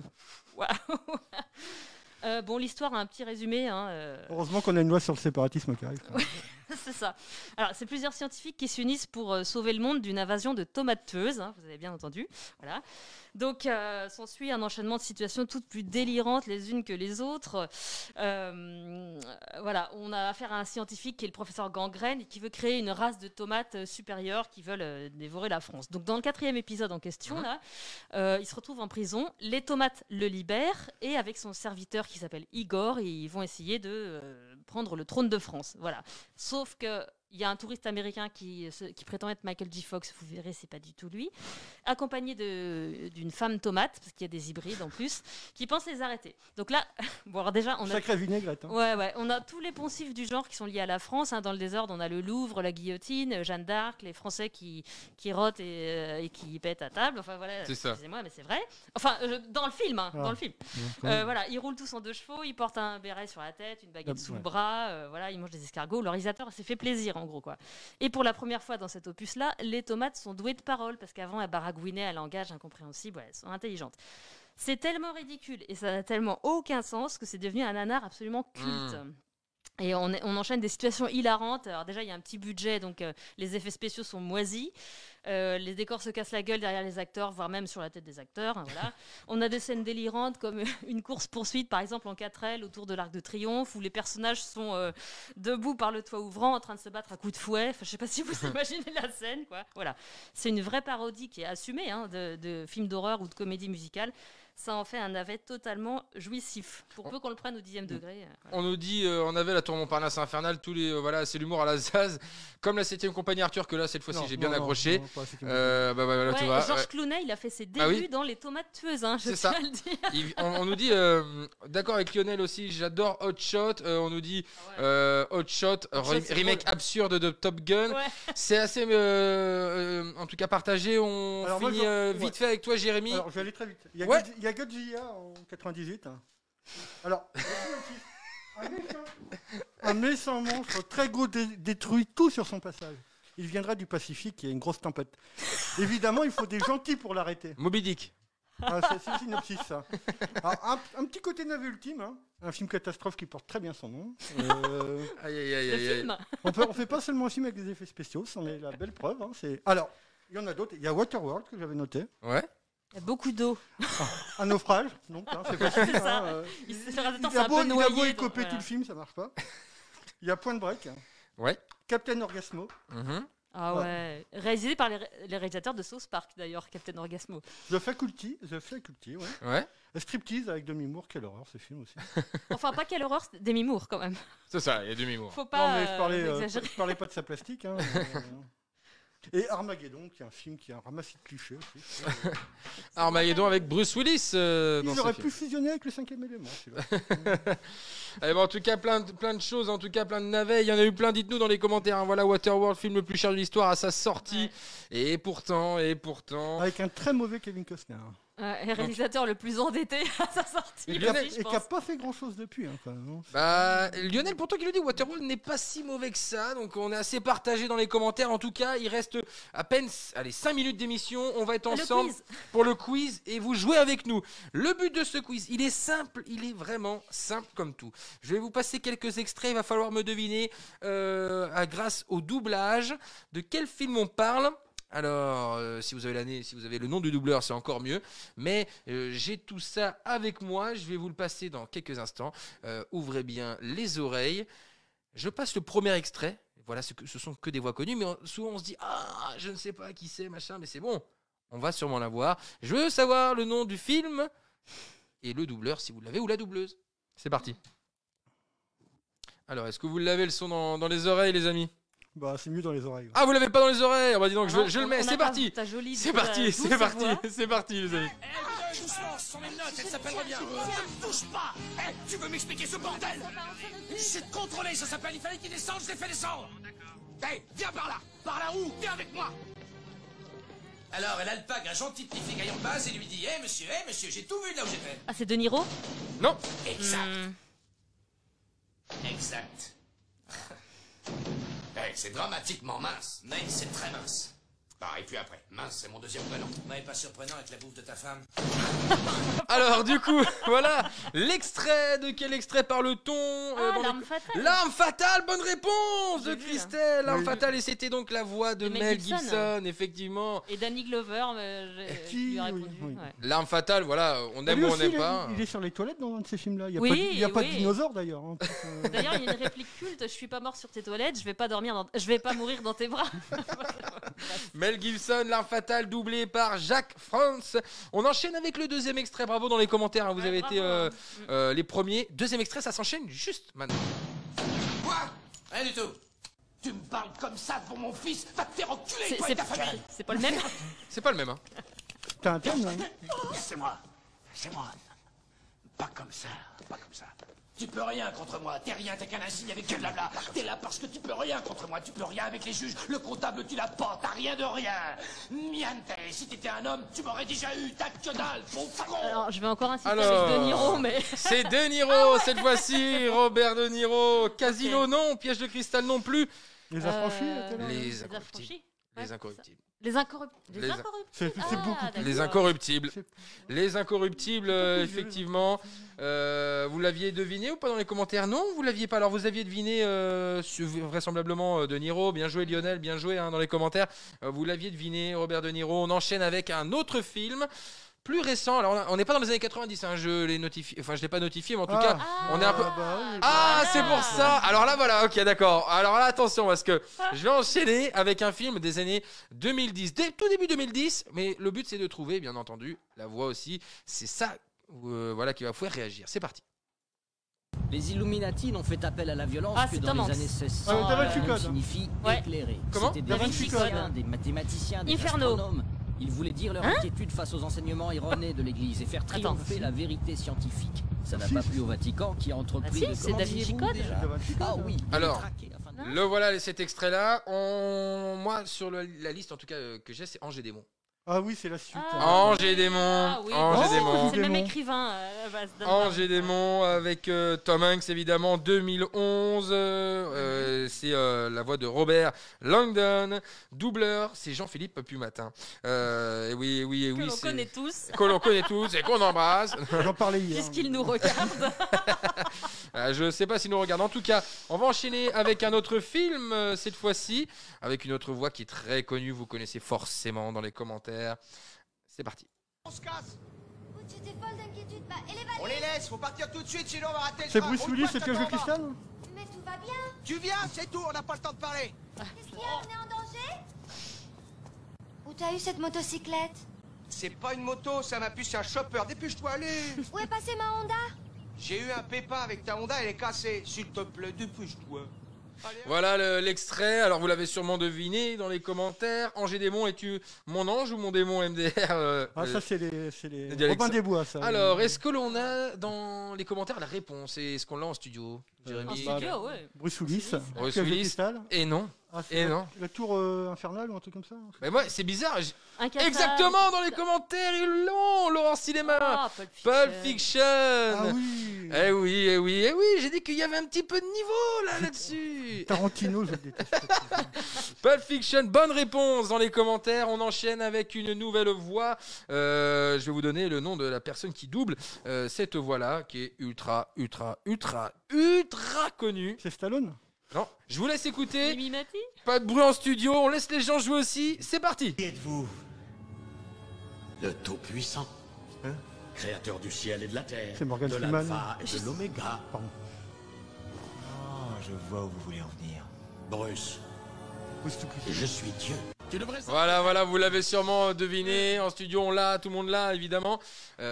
Waouh. Bon, l'histoire a un petit résumé. Heureusement qu'on a une loi sur le séparatisme qui arrive. C'est ça. Alors, c'est plusieurs scientifiques qui s'unissent pour sauver le monde d'une invasion de tomates tueuses. Vous avez bien entendu. Voilà. Donc, s'ensuit un enchaînement de situations toutes plus délirantes les unes que les autres. Voilà, on a affaire à un scientifique qui est le professeur Gangrène et qui veut créer une race de tomates supérieures qui veulent dévorer la France. Donc, dans le 4e épisode en question, là, il se retrouve en prison. Les tomates le libèrent et avec son serviteur qui s'appelle Igor, ils vont essayer de prendre le trône de France. Voilà. Sauf que il y a un touriste américain qui prétend être Michael J. Fox, vous verrez, c'est pas du tout lui, accompagné d'une femme tomate, parce qu'il y a des hybrides en plus, qui pense les arrêter. Donc là, bon, alors déjà, on a... Sacrée vinaigrette. Hein. Ouais, on a tous les poncifs du genre qui sont liés à la France. Hein. Dans le désordre, on a le Louvre, la guillotine, Jeanne d'Arc, les Français qui rotent et qui pètent à table. Enfin voilà, excusez-moi, mais c'est vrai. Enfin, dans le film, dans le film. Voilà, ils roulent tous en 2 chevaux, ils portent un béret sur la tête, une baguette sous le bras, voilà, ils mangent des escargots. Le réalisateur s'est fait plaisir, en gros, quoi. Et pour la première fois dans cet opus-là, les tomates sont douées de parole, parce qu'avant, elles baragouinaient un langage incompréhensible, elles sont intelligentes. C'est tellement ridicule et ça n'a tellement aucun sens que c'est devenu un nanar absolument culte. Et on enchaîne des situations hilarantes. Alors déjà, il y a un petit budget, donc les effets spéciaux sont moisis. Les décors se cassent la gueule derrière les acteurs, voire même sur la tête des acteurs. Hein, voilà. On a des scènes délirantes comme une course-poursuite, par exemple en 4L, autour de l'Arc de Triomphe, où les personnages sont debout par le toit ouvrant, en train de se battre à coups de fouet. Enfin, je ne sais pas si vous imaginez la scène, quoi. Voilà. C'est une vraie parodie qui est assumée, hein, de films d'horreur ou de comédie musicale. ça en fait un navet totalement jouissif. Pour peu qu'on le prenne au 10e degré. Voilà. On nous dit, on avait la tour Montparnasse infernale, tous les, voilà, c'est l'humour à la Zaz, comme la 7ème compagnie Arthur, que là, cette fois-ci, Non, j'ai bien non, accroché. non, pas cette Voilà, tu vois. Georges Clooney, il a fait ses débuts Ah oui dans Les Tomates Tueuses, hein, je C'est tiens ça. à le dire. On nous dit, d'accord avec Lionel aussi, j'adore Hot Shot. On nous dit Hot Shot, c'est remake drôle. absurde de Top Gun. Ouais. C'est assez, en tout cas, partagé. On Alors, moi, finit vite ouais. fait avec toi, Jérémy. Alors, je vais aller très vite. Il y a, Ouais. il y a Godzilla en 98. hein. Alors, un méchant monstre très gros détruit tout sur son passage. Il viendra du Pacifique, il y a une grosse tempête. Évidemment, il faut des gentils pour l'arrêter. Moby Dick. Ah, c'est le synopsis, ça. Alors, un petit côté navet ultime, hein. Un film catastrophe qui porte très bien son nom. Aïe, aïe, aïe, Le aïe, aïe. film. On fait pas seulement un film avec des effets spéciaux, c'en est la belle preuve. hein. Alors, il y en a d'autres. Il y a Waterworld que j'avais noté. Ouais. Il y a beaucoup d'eau. Un naufrage, donc c'est facile. C'est ça. hein, Il s'est il un a peu beau noyé. écoper donc, tout le film, ça marche pas. Il y a Point Break, Ouais. Captain Orgasmo, Mhm. Ah ouais. Réalisé par les réalisateurs de South Park, d'ailleurs, Captain Orgasmo. The Faculty, ouais. Ouais. Striptease avec Demi Moore, quelle horreur ce film aussi. Enfin, pas quelle horreur, c'est Demi Moore, quand même. C'est ça, il y a demi-mot. Faut pas non mais exagérer. je parlais pas de sa plastique. hein, Et Armageddon, qui est un film qui a un ramassis de clichés aussi. Armageddon avec Bruce Willis dans Ils ce auraient film. pu fusionner avec le 5e élément. celui-là. Eh ben, en tout cas, plein de choses, en tout cas, plein de navets. Il y en a eu plein, dites-nous dans les commentaires. hein. Voilà, Waterworld, film le plus cher de l'histoire à sa sortie. Ouais. Et pourtant. Avec un très mauvais Kevin Costner. Et réalisateur le plus endetté à sa sortie. Et Et Lionel- aussi, je qui a pense. pas fait grand chose depuis. hein, quand même, hein. Bah, Lionel, pourtant qu'il le dit, Waterworld n'est pas si mauvais que ça. Donc, on est assez partagé dans les commentaires. En tout cas, il reste à peine 5 minutes d'émission. On va être Le ensemble quiz. pour le quiz et vous jouez avec nous. Le but de ce quiz, il est simple, il est vraiment simple comme tout. Je vais vous passer quelques extraits, il va falloir me deviner grâce au doublage de quel film on parle. Alors, si vous avez l'année, si vous avez le nom du doubleur, c'est encore mieux. Mais j'ai tout ça avec moi, je vais vous le passer dans quelques instants. Ouvrez bien les oreilles. Je passe le premier extrait. Voilà, ce sont que des voix connues, mais souvent on se dit « Ah, je ne sais pas qui c'est, machin », mais c'est bon. On va sûrement l'avoir. Je veux savoir le nom du film et le doubleur, si vous l'avez, ou la doubleuse. C'est parti. Alors, est-ce que vous l'avez le son dans les oreilles, les amis? Bah, c'est mieux dans les oreilles. ouais. Ah, vous l'avez pas dans les oreilles? Ah bah dis donc, Alors, je le on mets, a c'est pas parti. ta jolie C'est douce parti, c'est voix. parti, c'est parti, les amis. Doucement, ce sont mes notes, elle s'appellera bien. Touche pas. Tu veux m'expliquer ce bordel? Chute contrôlée, ça s'appelle, il fallait qu'il descende, je l'ai fait descendre. Viens par là. Par là où? Viens avec moi. Alors, elle alpague un gentil petit flic en base et lui dit hé monsieur, j'ai tout vu de là où j'étais. Ah, c'est De Niro. Non, Exact. Hmm. Exact. C'est dramatiquement mince, mais c'est très mince. Bah, et puis après, mince, c'est mon deuxième prénom. Mais pas surprenant avec la bouffe de ta femme. alors du coup, voilà, l'extrait, de quel extrait parle-t-on Ah, dans les- L'Arme Fatale. L'arme fatale, bonne réponse de J'ai vu, Christelle. L'arme Oui. fatale, et c'était donc la voix de De Mel Mel Gibson. Gibson, effectivement. Et Danny Glover, Qui, qui lui a oui, répondu. oui. ouais. L'arme fatale, voilà, on Lui aime ou on aussi, n'aime il est- pas. Il est sur les toilettes dans un de ces films-là. Il n'y a, Oui, pas, de- il y a pas de oui. dinosaures d'ailleurs. hein. D'ailleurs, il y a une réplique culte. Je suis pas mort sur tes toilettes. Je vais pas dormir. Je vais pas mourir dans tes bras. Mel Gibson, l'arme fatale, doublé par Jacques France. On enchaîne avec le deuxième extrait. Bravo dans les commentaires, hein, vous Ouais, avez bravo, été hein. les premiers. Deuxième extrait, ça s'enchaîne juste maintenant. Quoi? Rien du tout. Tu me parles comme ça pour mon fils? Va te faire enculer, toi et ta famille. C'est pas le même. C'est pas le même, hein. T'as un thème, hein. C'est moi. Pas comme ça, pas comme ça. Tu peux rien contre moi, t'es rien, t'es qu'un insigne avec que de blabla. T'es là parce que tu peux rien contre moi, tu peux rien avec les juges, le comptable tu l'as pas, t'as rien de rien. Niente, si t'étais un homme, tu m'aurais déjà eu, t'as que dalle, mon fagon. Alors, je vais encore insister Alors. avec De Niro, mais C'est De Niro cette fois-ci, Robert De Niro. Casino non, Piège de cristal non plus. Les affranchis, Euh, t'es là, Les là. les incorruptibles. affranchis. Les Ouais, incorruptibles. Les incorruptibles. Les- Les incorruptibles. C'est beaucoup plus. Les d'accord. incorruptibles. C'est- Les incorruptibles, effectivement. Vous l'aviez deviné ou pas dans les commentaires? Non, vous l'aviez pas. Alors vous aviez deviné vraisemblablement De Niro. Bien joué Lionel, bien joué hein, dans les commentaires. Vous l'aviez deviné, Robert De Niro. On enchaîne avec un autre film. Plus récent, alors on n'est pas dans les années 90, hein, je l'ai notifié, enfin je l'ai pas notifié, mais en tout Ah. cas, on est un peu. bah oui, Ah, Voilà. c'est pour ça. Alors là, voilà, ok, d'accord. Alors là, attention, parce que je vais enchaîner avec un film des années 2010, tout début 2010, mais le but c'est de trouver, bien entendu, la voix aussi. C'est ça voilà, qui va pouvoir réagir. C'est parti. Les Illuminati n'ont fait appel à la violence Ah, que c'est dans Tom les Hanks. années 1600. Ah, Da Vinci Qui Code. signifie Ouais. éclairé. Comment C'était des Da Vinci physiciens, Code. des mathématiciens, des Inferno. astronomes. Ils voulaient dire leur inquiétude face aux enseignements erronés de l'Église et faire triompher la vérité scientifique. Ça n'a pas plu au Vatican qui a entrepris Ah si, de c'est comment Da Vinci disiez-vous Code. déjà Da Vinci Code. Ah oui. de Alors. les traquer afin de- Le voilà, cet extrait-là. Moi, sur la liste, en tout cas, que j'ai, c'est Ange et Démon. Ah oui, c'est la suite. Ah. Ange et Démon. Ah oui, Ange et Oh, Démon. c'est le même Démon. écrivain. Bah, c'est Dan Ange Brown. et Démon avec Tom Hanks évidemment 2011 c'est la voix de Robert Langdon, doubleur c'est Jean-Philippe Pumatin et oui Que l'on c'est connaît tous, que l'on connaît tous et qu'on embrasse. J'en parlais hier. puisqu'il nous regarde. Je sais pas s'il nous regarde. En tout cas, on va enchaîner avec un autre film cette fois-ci avec une autre voix qui est très connue, vous connaissez forcément dans les commentaires. C'est parti. On se casse. Oh, tu t'es folle d'inquiétude, bah, elle est On les laisse, faut partir tout de suite, sinon on va rater le C'est train. Bruce On Willis, passe c'est le piège de là-bas. cristal. Mais tout va bien. Tu viens, c'est tout, on n'a pas le temps de parler. Qu'est-ce qu'il y a? On est en danger? Où t'as eu cette motocyclette? C'est pas une moto, ça m'a pu, c'est un chopper. Dépêche-toi, allez. Où est passée ma Honda? J'ai eu un pépin avec ta Honda, elle est cassée. S'il te plaît, dépêche-toi. Allez, Voilà l'extrait. Alors vous l'avez sûrement deviné dans les commentaires. Ange et Démon, es-tu mon ange ou mon démon MDR Ah, ça, c'est les dialectes. Robin des Bois, ça. Alors, est-ce que l'on a dans les commentaires la réponse? Est-ce qu'on l'a en studio, En Jérémy? studio, ouais. Bruce Willis. Bruce Piège de Willis. cristal. Et non. Ah, c'est Et la- non. La tour infernale ou un truc comme ça. Mais moi, c'est bizarre. Incassable. Exactement dans les commentaires, ils l'ont, Laurent Cinéma. Ah, Pulp Fiction. Ah oui. Eh oui, eh oui, eh oui, j'ai dit qu'il y avait un petit peu de niveau là-dessus. Tarantino, je le déteste. Pulp Fiction, bonne réponse dans les commentaires. On enchaîne avec une nouvelle voix. Je vais vous donner le nom de la personne qui double cette voix-là, qui est ultra connue. C'est Stallone. Non, je vous laisse écouter. Mimi Mati. Pas de bruit en studio, on laisse les gens jouer aussi. C'est parti. Qui êtes-vous? Le Tout-Puissant, créateur du ciel et de la terre, C'est Morgan de Freeman. l'alpha et de l'oméga. Pardon. Oh, je vois où vous voulez en venir. Bruce, Bruce Tout-Puissant. je suis Dieu. Tu devrais Voilà, voilà, vous l'avez sûrement deviné. En studio, on l'a, tout le monde l'a, évidemment.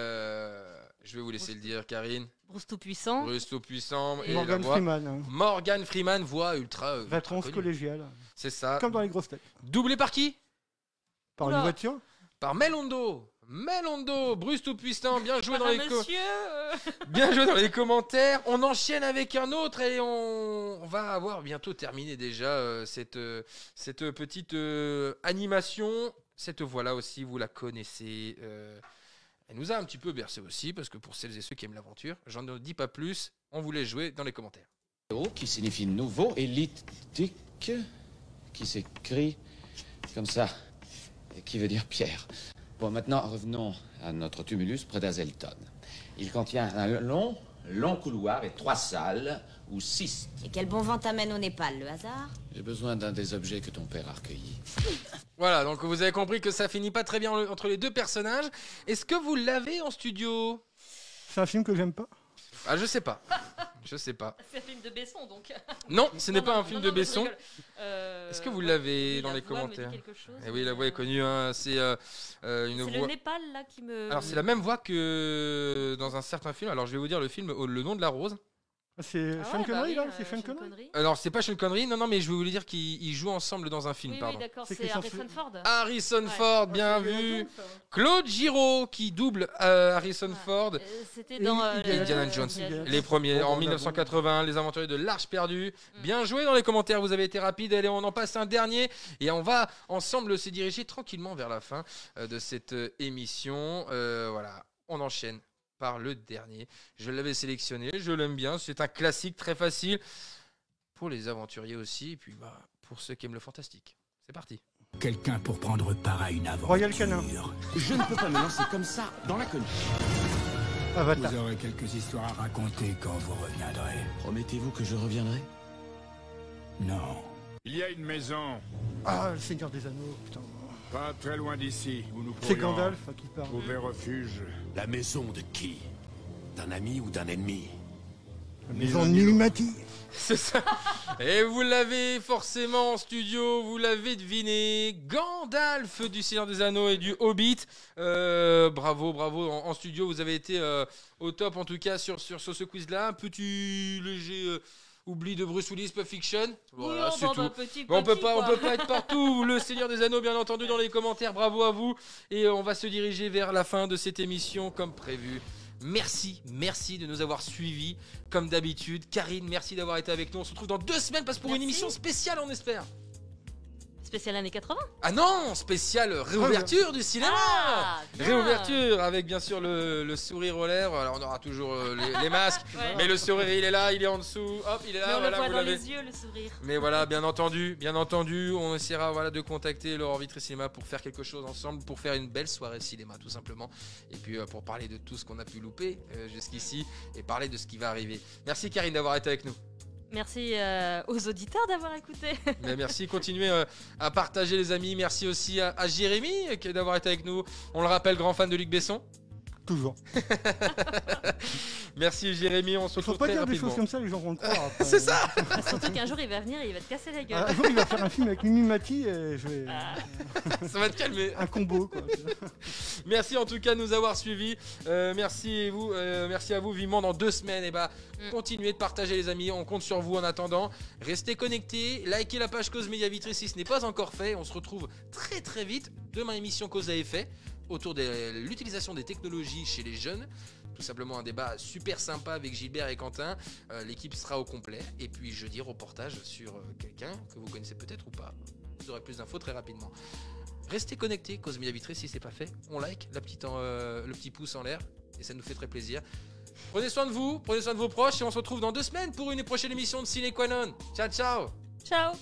Je vais vous laisser le dire, Karine. Bruce Tout-Puissant. Bruce Tout-Puissant et Morgan la voix. Freeman. hein. Morgan Freeman, voix ultra Réponse connue. collégiale. C'est ça. Comme dans les grosses têtes. Doublé par qui? Par Oula. une voiture. Par Melondo. Melondo, Bruce Tout-Puissant, bien joué Par dans un les monsieur. bien joué dans les commentaires. On enchaîne avec un autre et on va avoir bientôt terminé déjà cette petite animation. Cette voix-là aussi, vous la connaissez. Elle nous a un petit peu bercé aussi parce que pour celles et ceux qui aiment l'aventure, j'en dis pas plus. On vous laisse jouer dans les commentaires. Qui signifie nouveau, elliptique, qui s'écrit comme ça, et qui veut dire pierre. Bon, maintenant, revenons à notre tumulus près d'Azelton. Il contient un long couloir et 3 salles, ou 6. Et quel bon vent t'amène au Népal, le hasard? J'ai besoin d'un des objets que ton père a recueillis. Voilà, donc vous avez compris que ça finit pas très bien entre les deux personnages. Est-ce que vous l'avez en studio? C'est un film que j'aime pas. Ah, je sais pas. Je sais pas. C'est un film de Besson, donc. Non, ce n'est Non, pas non, un film non, de non, je Besson. rigole. Est-ce que vous ouais, l'avez oui, dans la les voix me dit commentaires? quelque chose, Eh oui, la mais, voix est connue. Hein. C'est une C'est le voix. Népal là qui me. Alors c'est la même voix que dans un certain film. Alors je vais vous dire le film, Le nom de la rose. Ah, c'est Ah Sean ouais, bah Connery, oui, là. C'est Sean Sean Connery. Alors c'est pas Sean Connery, non, mais je vais vous dire qu'ils jouent ensemble dans un film, Oui, pardon. d'accord, C'est c'est Christian Harrison Ford. Harrison Ouais. Ford, bien Ah, c'est vu. Indiana Jones, ça. Claude Giraud qui double Harrison Ouais. Ford. C'était Et dans Indiana Jones. Les premiers, Bon, en on a 1980, Les Aventuriers de l'Arche perdue. Bien joué dans les commentaires, vous avez été rapide. Allez, on en passe un dernier et on va ensemble se diriger tranquillement vers la fin de cette émission. Voilà, on enchaîne par le dernier. Je l'avais sélectionné, je l'aime bien. C'est un classique très facile pour les aventuriers aussi, et puis pour ceux qui aiment le fantastique. C'est parti. Quelqu'un pour prendre part à une aventure. Royal Canin. Je ne peux pas me lancer comme ça dans l'inconnu. Avatar. Vous aurez quelques histoires à raconter quand vous reviendrez. Promettez-vous que je reviendrai? Non. Il y a une maison, Ah, le Seigneur des Anneaux, putain. pas très loin d'ici, où nous C'est pourrions Gandalf qui parle. trouver refuge. La maison de qui? D'un ami ou d'un ennemi? La maison de Mimimati. C'est ça. Et vous l'avez forcément en studio, vous l'avez deviné, Gandalf du Seigneur des Anneaux et du Hobbit. Bravo en studio, vous avez été au top en tout cas sur ce quiz-là. Un petit léger oubli de Bruce Willis, Pulp Fiction. Voilà, c'est tout. On peut pas être partout. Le Seigneur des Anneaux, bien entendu, dans les commentaires. Bravo à vous. Et on va se diriger vers la fin de cette émission comme prévu. Merci de nous avoir suivis comme d'habitude. Karine, merci d'avoir été avec nous. On se retrouve dans 2 semaines parce que pour une émission spéciale, on espère. Spécial années 80 ? Ah non, spécial réouverture du cinéma. Réouverture avec bien sûr le sourire aux lèvres. Alors on aura toujours les masques, mais le sourire il est là, il est en dessous. Hop, il est là. Mais on voilà, le voit vous dans l'avez. les yeux, le sourire. Mais voilà, bien entendu, on essaiera de contacter Laurent Vitry Cinéma pour faire quelque chose ensemble, pour faire une belle soirée cinéma tout simplement. Et puis pour parler de tout ce qu'on a pu louper jusqu'ici et parler de ce qui va arriver. Merci Karine d'avoir été avec nous. Merci aux auditeurs d'avoir écouté. Mais merci, continuez à partager les amis. Merci aussi à Jérémy d'avoir été avec nous. On le rappelle, grand fan de Luc Besson. Toujours. Merci Jérémy, on se retrouve très rapidement. Faut pas dire des choses comme ça, les gens vont le croire après. C'est ça. Surtout qu'un jour il va venir et il va te casser la gueule. Un jour il va faire un film avec Mimimati et je vais... Ça va te calmer. Un combo quoi. Merci en tout cas de nous avoir suivis. Merci à vous vivement dans 2 semaines. Continuez de partager les amis, on compte sur vous en attendant. Restez connectés, likez la page Cause Média Vitry si ce n'est pas encore fait. On se retrouve très très vite. Demain émission Cause à effet autour de l'utilisation des technologies chez les jeunes. Tout simplement un débat super sympa avec Gilbert et Quentin. L'équipe sera au complet. Et puis jeudi, reportage sur quelqu'un que vous connaissez peut-être ou pas. Vous aurez plus d'infos très rapidement. Restez connectés, Cause Média Vitry si c'est pas fait. On like, le petit pouce en l'air et ça nous fait très plaisir. Prenez soin de vous, prenez soin de vos proches et on se retrouve dans 2 semaines pour une prochaine émission de Ciné Qua Non. Ciao. Ciao.